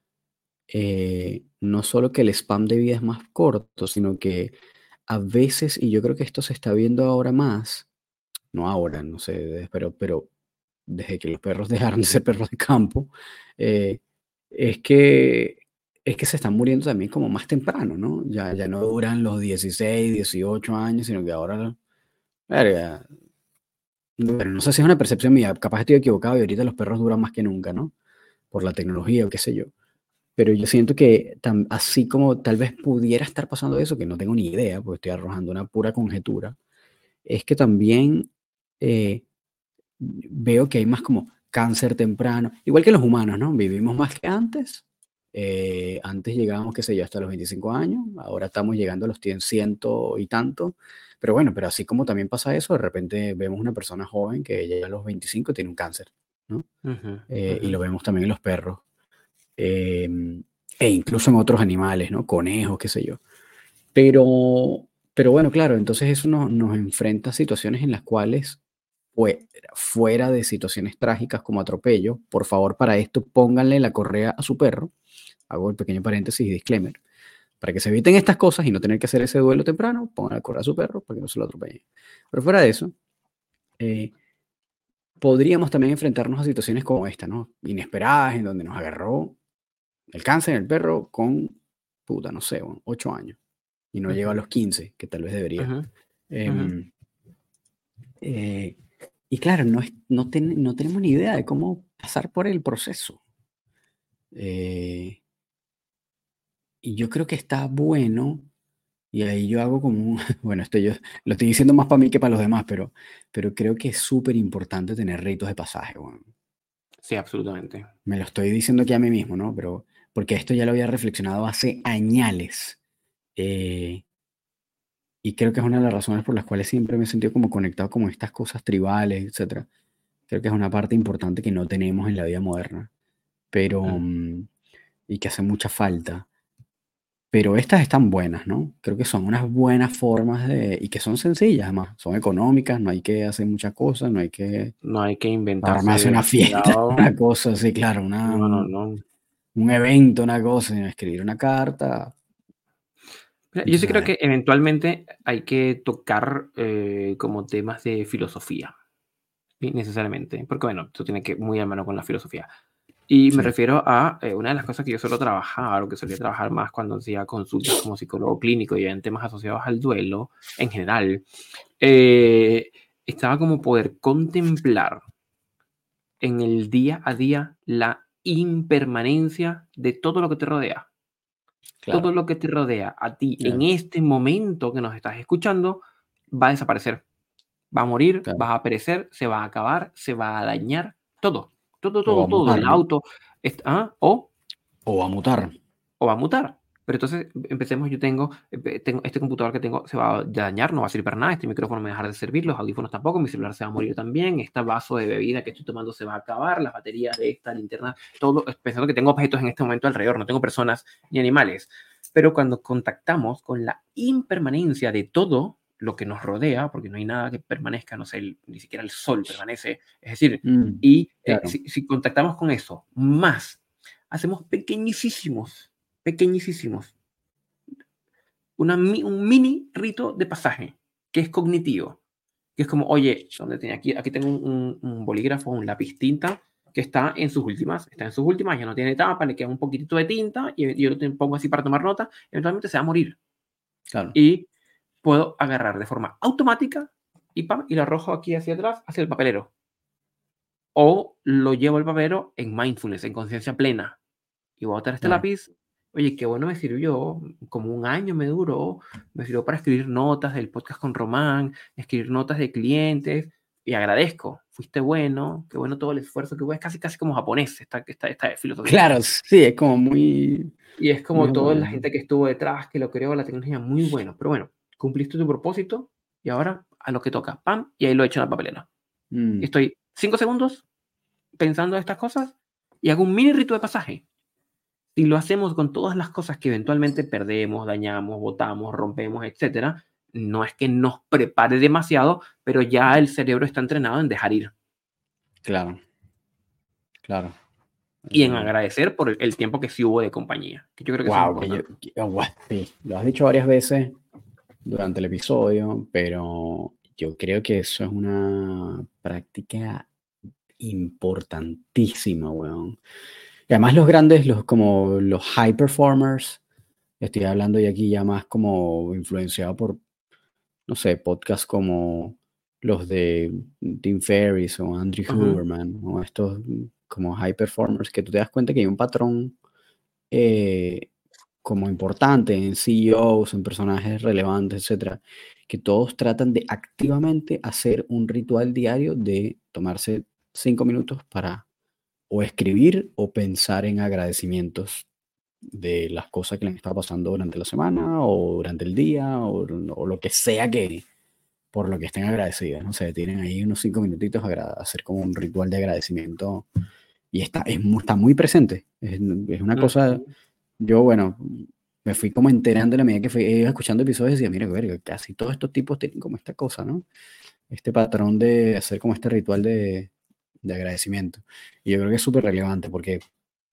A: no solo que el spam de vida es más corto, sino que a veces, y yo creo que esto se está viendo ahora más, no ahora, no sé, pero desde que los perros dejaron de ser perros de campo, eh, es que, es que se están muriendo también como más temprano, ¿no? Ya no duran los 16 18 años, sino que ahora, verga, Bueno, no sé si es una percepción mía, capaz estoy equivocado y ahorita los perros duran más que nunca, ¿no? Por la tecnología o qué sé yo. Pero yo siento que así como tal vez pudiera estar pasando eso, que no tengo ni idea, porque estoy arrojando una pura conjetura, es que también eh, veo que hay más como cáncer temprano, igual que los humanos, ¿no? Vivimos más que antes. Antes llegábamos, qué sé yo, hasta los 25 años, ahora estamos llegando a los 100 y tanto. Pero bueno, pero así como también pasa eso, de repente vemos una persona joven que llega a los 25 y tiene un cáncer, ¿no?
B: Ujú,
A: Y
B: ujú.
A: lo vemos también en los perros, eh, e incluso en otros animales, ¿no? Conejos, qué sé yo. Pero, pero bueno, claro, entonces eso nos enfrenta a situaciones en las cuales, pues, fuera de situaciones trágicas como atropello, por favor, para esto pónganle la correa a su perro. Hago el pequeño paréntesis y disclaimer. Para que se eviten estas cosas y no tener que hacer ese duelo temprano, pongan la correa a su perro para que no se lo atropellen. Pero fuera de eso, eh, podríamos también enfrentarnos a situaciones como esta, ¿no? Inesperadas, en donde nos agarró el cáncer en el perro con, puta, no sé, 8 años. Y no llegó a
B: Ujú,
A: los 15 que tal vez debería.
B: ujú, ujú.
A: Em, eh, y claro, no tenemos ni idea de cómo pasar por el proceso. Eh, y yo creo que está bueno, y ahí yo hago como un, bueno, esto yo lo estoy diciendo más para mí que para los demás, pero creo que es súper importante tener ritos de pasaje, bueno.
B: Sí, absolutamente.
A: Me lo estoy diciendo aquí a mí mismo, ¿no? Pero porque esto ya lo había reflexionado hace añales. Eh, y creo que es una de las razones por las cuales siempre me he sentido como conectado con estas cosas tribales, etcétera. Creo que es una parte importante que no tenemos en la vida moderna, pero
B: Mm.
A: y que hace mucha falta. Pero estas están buenas, ¿no? Creo que son unas buenas formas y que son sencillas, además. Son económicas, no hay que hacer muchas cosas, no hay que
B: No hay que inventarse
A: armarse una fiesta,
B: demasiado.
A: una cosa así, claro,
B: No, no, no.
A: un evento, una cosa, sino escribir una carta.
B: Mira,
A: Tú
B: yo sí creo
A: sabes.
B: que eventualmente hay que tocar como temas de filosofía, ¿sí? Necesariamente, porque bueno, esto tiene que muy a mano con la filosofía. Y me
A: Sí,
B: refiero a una de las cosas que yo suelo trabajar, o que solía trabajar más cuando hacía consultas como psicólogo clínico y en temas asociados al duelo en general, eh, estaba como poder contemplar en el día a día la impermanencia de todo lo que te rodea. Todo
A: claro,
B: lo que te rodea a ti en
A: ya,
B: este momento que nos estás escuchando va a desaparecer, va a morir,
A: claro.
B: va a perecer, se va a acabar, se va a dañar, todo, todo,
A: O a
B: todo, todo.
A: mutar,
B: El
A: ¿no?
B: auto,
A: O a mutar.
B: o va a mutar. Pero entonces, empecemos, yo tengo este computador que tengo, se va a dañar, no va a servir para nada, este micrófono me va a dejar de servir, los audífonos tampoco, mi celular se va a morir también, este vaso de bebida que estoy tomando se va a acabar, las baterías de esta linterna, todo, pensando que tengo objetos en este momento alrededor, no tengo personas ni animales. Pero cuando contactamos con la impermanencia de todo lo que nos rodea, porque no hay nada que permanezca, no sé, ni siquiera el sol permanece, es decir, y
A: Claro,
B: si contactamos con eso, más hacemos pequeñísimos, un mini rito de pasaje, que es cognitivo, que es como, oye, donde tenía aquí tengo un bolígrafo, un lápiz tinta, que está en sus últimas, ya no tiene tapa, le queda un poquitito de tinta, y yo lo pongo así para tomar nota, eventualmente se va a morir.
A: claro.
B: Y puedo agarrar de forma automática y, ¡pam!, y lo arrojo aquí hacia atrás, hacia el papelero. O lo llevo al papelero en mindfulness, en conciencia plena. Y voy a botar este
A: Claro.
B: lápiz. Oye, qué bueno me sirvió, como un año me duró, me sirvió para escribir notas del podcast con Román, escribir notas de clientes, y agradezco, fuiste bueno, qué bueno todo el esfuerzo que fue, es casi como japonés esta filosofía.
A: Claro, sí, es como muy,
B: Y es
A: muy
B: como toda la
A: japonés, ¿no?
B: gente que estuvo detrás, que lo creó, la tecnología, muy bueno, pero bueno, cumpliste tu propósito y ahora a lo que toca, pam, y ahí lo echo en la papelera. Y
A: Mm,
B: estoy 5 segundos pensando estas cosas y hago un mini rito de pasaje. Si lo hacemos con todas las cosas que eventualmente perdemos, dañamos, botamos, rompemos, etcétera, no es que nos prepare demasiado, pero ya el cerebro está entrenado en dejar ir
A: claro, claro.
B: y en agradecer por el tiempo que sí hubo de compañía, que yo creo que eso es
A: Wow,
B: importante.
A: sí, lo has dicho varias veces durante el episodio, pero yo creo que eso es una práctica importantísima, weón. Y además los grandes, como los high performers, estoy hablando y aquí ya más como influenciado por, no sé, podcasts como los de Tim Ferriss o Andrew
B: Ujú,
A: Huberman o estos como high performers, que tú te das cuenta que hay un patrón eh, como importante en CEOs, en personajes relevantes, etcétera, que todos tratan de activamente hacer un ritual diario de tomarse 5 minutos para o escribir o pensar en agradecimientos de las cosas que les está pasando durante la semana o durante el día o lo que sea que por lo que estén agradecidas, ¿no? Se tienen ahí unos 5 minutitos a hacer como un ritual de agradecimiento y está muy presente. Es una cosa,
B: ujú,
A: yo, bueno, me fui como enterando a la medida que fui iba escuchando episodios y decía, mira, verga, casi todos estos tipos tienen como esta cosa, ¿no? Este patrón de hacer como este ritual de agradecimiento. Y yo creo que es súper relevante porque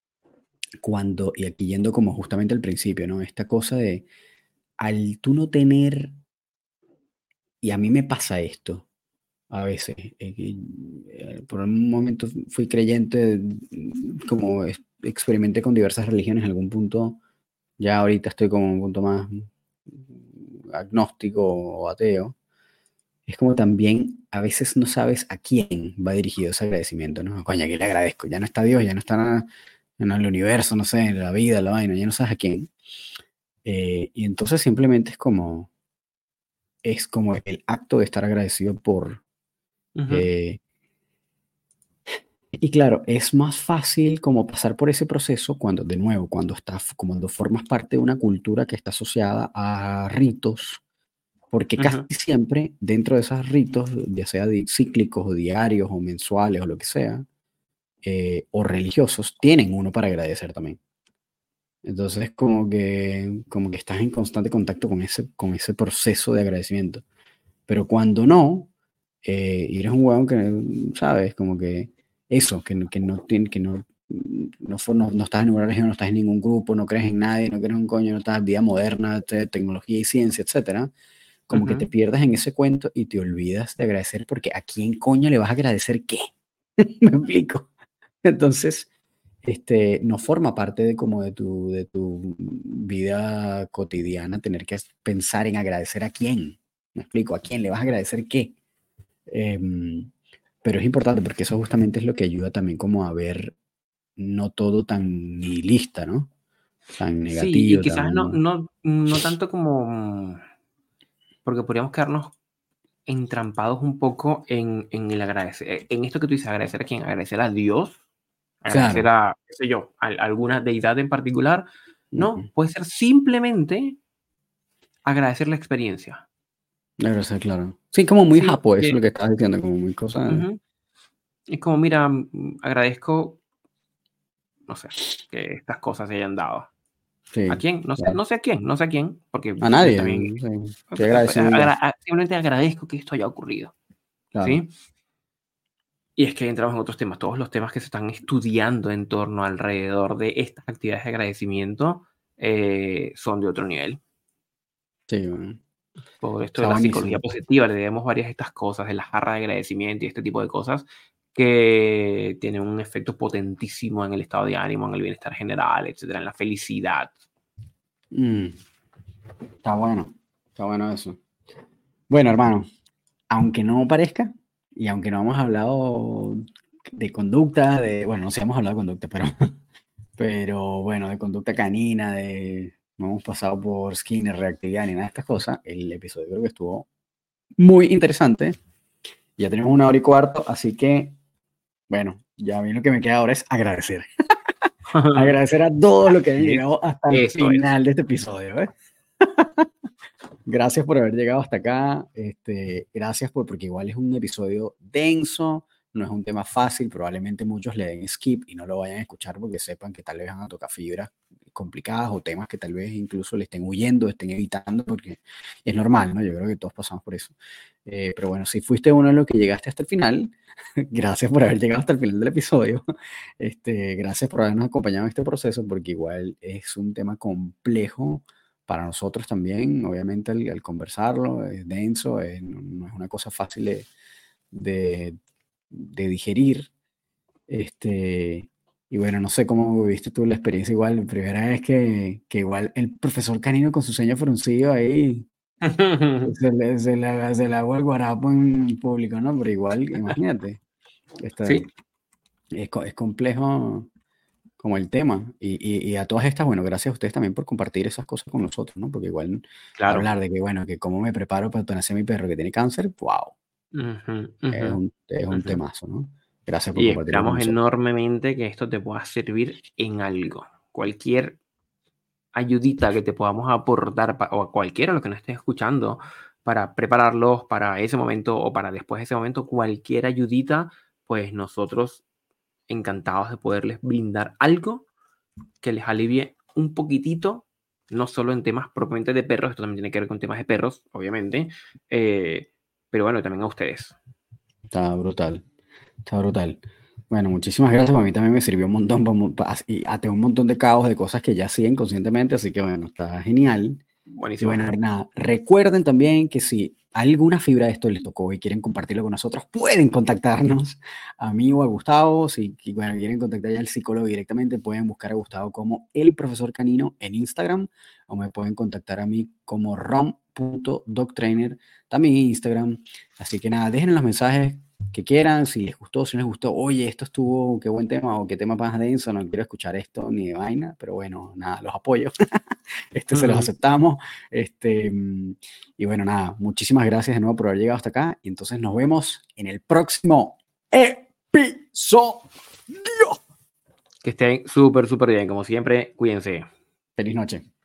A: y aquí yendo como justamente al principio, ¿no? Esta cosa de, al tú no tener, y a mí me pasa esto a veces, por un momento fui creyente, como experimenté con diversas religiones en algún punto, ya ahorita estoy como un punto más agnóstico o ateo. Es como también a veces no sabes a quién va dirigido ese agradecimiento, ¿no? Coño, aquí le agradezco, ya no está Dios, ya no está nada en el universo, no sé, en la vida, la vaina, ya no sabes a quién. Y entonces simplemente es como el acto de estar agradecido por...
B: ujú,
A: eh, y claro, es más fácil como pasar por ese proceso cuando, de nuevo, cuando formas parte de una cultura que está asociada a ritos, porque casi
B: ujú.
A: siempre dentro de esos ritos, ya sea cíclicos o diarios o mensuales o lo que sea, o religiosos, tienen uno para agradecer también. Entonces, como que estás en constante contacto con ese proceso de agradecimiento. Pero cuando no, y eres un huevón que, ¿sabes? Como que eso, que no, no estás en ninguna religión, no estás en ningún grupo, no crees en nadie, no crees en un coño, no estás en vida moderna, tecnología y ciencia, etcétera. Como que te
B: Ujú.
A: pierdas en ese cuento y te olvidas de agradecer porque ¿a quién coño le vas a agradecer qué? ¿Me explico? Entonces, no forma parte de tu vida cotidiana tener que pensar en agradecer a quién. Me explico, ¿a quién le vas a agradecer qué? Em, pero es importante porque eso justamente es lo que ayuda también como a ver no todo tan nihilista, ¿no? Tan
B: Sí, y
A: negativo,
B: quizás no,
A: tan...
B: no, no tanto como, porque podríamos quedarnos entrampados un poco en el agradecer, en esto que tú dices, agradecer a quién, agradecer a Dios, agradecer
A: Claro.
B: a, qué sé yo, a alguna deidad en particular. No,
A: Ujú.
B: puede ser simplemente agradecer la experiencia.
A: Claro, sí, claro. Sí, como muy
B: Sí,
A: japo, eso es
B: que,
A: lo que estabas diciendo, como muy cosa...
B: ujú, es como, mira, agradezco, no sé, que estas cosas se hayan dado. ¿A
A: Sí,
B: quién? No sé,
A: claro.
B: no sé a quién, no sé a quién, porque
A: A
B: yo
A: nadie,
B: también
A: sí. Estoy agradecido y ya.
B: simplemente agradezco que esto haya ocurrido,
A: Claro.
B: ¿sí? Y es que entramos en otros temas, todos los temas que se están estudiando en torno alrededor de estas actividades de agradecimiento son de otro nivel.
A: Sí, bueno.
B: Todo esto de
A: Está
B: la psicología
A: buenísimo.
B: positiva, le debemos varias de estas cosas, de la jarra de agradecimiento y este tipo de cosas que tienen un efecto potentísimo en el estado de ánimo, en el bienestar general, etcétera, en la felicidad.
A: Mm, está bueno. Está bueno eso. Bueno, hermano, aunque no parezca, y aunque no hemos hablado de conducta, bueno, no sé, hemos hablado de conducta, pero bueno, de conducta canina, no hemos pasado por Skinner, reactividad ni nada de estas cosas, el episodio creo que estuvo muy interesante. Ya tenemos 1 hora y cuarto, así que, bueno, ya a mí lo que me queda ahora es agradecer. Agradecer a todos los que han
B: Así es.
A: llegado hasta el
B: Eso es.
A: final de este episodio, ¿eh? Gracias por haber llegado hasta acá. Gracias porque igual es un episodio denso, no es un tema fácil. Probablemente muchos le den skip y no lo vayan a escuchar porque sepan que tal vez van a tocar fibras complicadas o temas que tal vez incluso le estén huyendo, estén evitando, porque es normal, ¿no? Yo creo que todos pasamos por eso. Pero bueno, si fuiste uno de los que llegaste hasta el final, gracias por haber llegado hasta el final del episodio. Gracias por habernos acompañado en este proceso porque igual es un tema complejo para nosotros también, obviamente, al conversarlo, es denso, no es una cosa fácil de, de digerir. Este, y bueno, no sé cómo viste tú la experiencia igual, la primera vez que igual el profesor Canino con su ceño fruncido ahí. se le hago el guarapo en público, ¿no? Pero igual, imagínate,
B: Sí,
A: es complejo como el tema. Y a todas estas, bueno, gracias a ustedes también por compartir esas cosas con nosotros, ¿no? Porque igual
B: claro.
A: hablar de que, bueno, que cómo me preparo para tener a mi perro que tiene cáncer, wow,
B: Ujú,
A: es
B: ujú,
A: un
B: ujú.
A: temazo, ¿no? Gracias por
B: Y
A: compartirlo con
B: esperamos
A: nosotros.
B: enormemente que esto te pueda servir en algo. Cualquier ayudita que te podamos aportar o a cualquiera de los que nos esté escuchando para prepararlos para ese momento o para después de ese momento, cualquier ayudita, pues nosotros encantados de poderles brindar algo que les alivie un poquitito, no solo en temas propiamente de perros, esto también tiene que ver con temas de perros, obviamente, pero bueno, también a ustedes.
A: Está brutal, está brutal. Bueno, muchísimas gracias. Para mí también me sirvió un montón y até un montón de caos de cosas que ya hacía inconscientemente, así que bueno, está genial. Y
B: Buenísimo.
A: bueno, nada, recuerden también que si alguna fibra de esto les tocó y quieren compartirlo con nosotros, pueden contactarnos a mí o a Gustavo. Si bueno, quieren contactar ya al psicólogo directamente, pueden buscar a Gustavo como el profesor canino en Instagram o me pueden contactar a mí como rom.dogtrainer también en Instagram. Así que nada, dejen los mensajes que quieran, si les gustó, si no les gustó, oye, esto estuvo, qué buen tema o qué tema más denso, no quiero escuchar esto ni de vaina, pero bueno, nada, los apoyo. Se los aceptamos. Y bueno, nada, muchísimas gracias de nuevo por haber llegado hasta acá. Y entonces nos vemos en el próximo episodio.
B: Que estén súper, súper bien, como siempre, cuídense.
A: Feliz noche.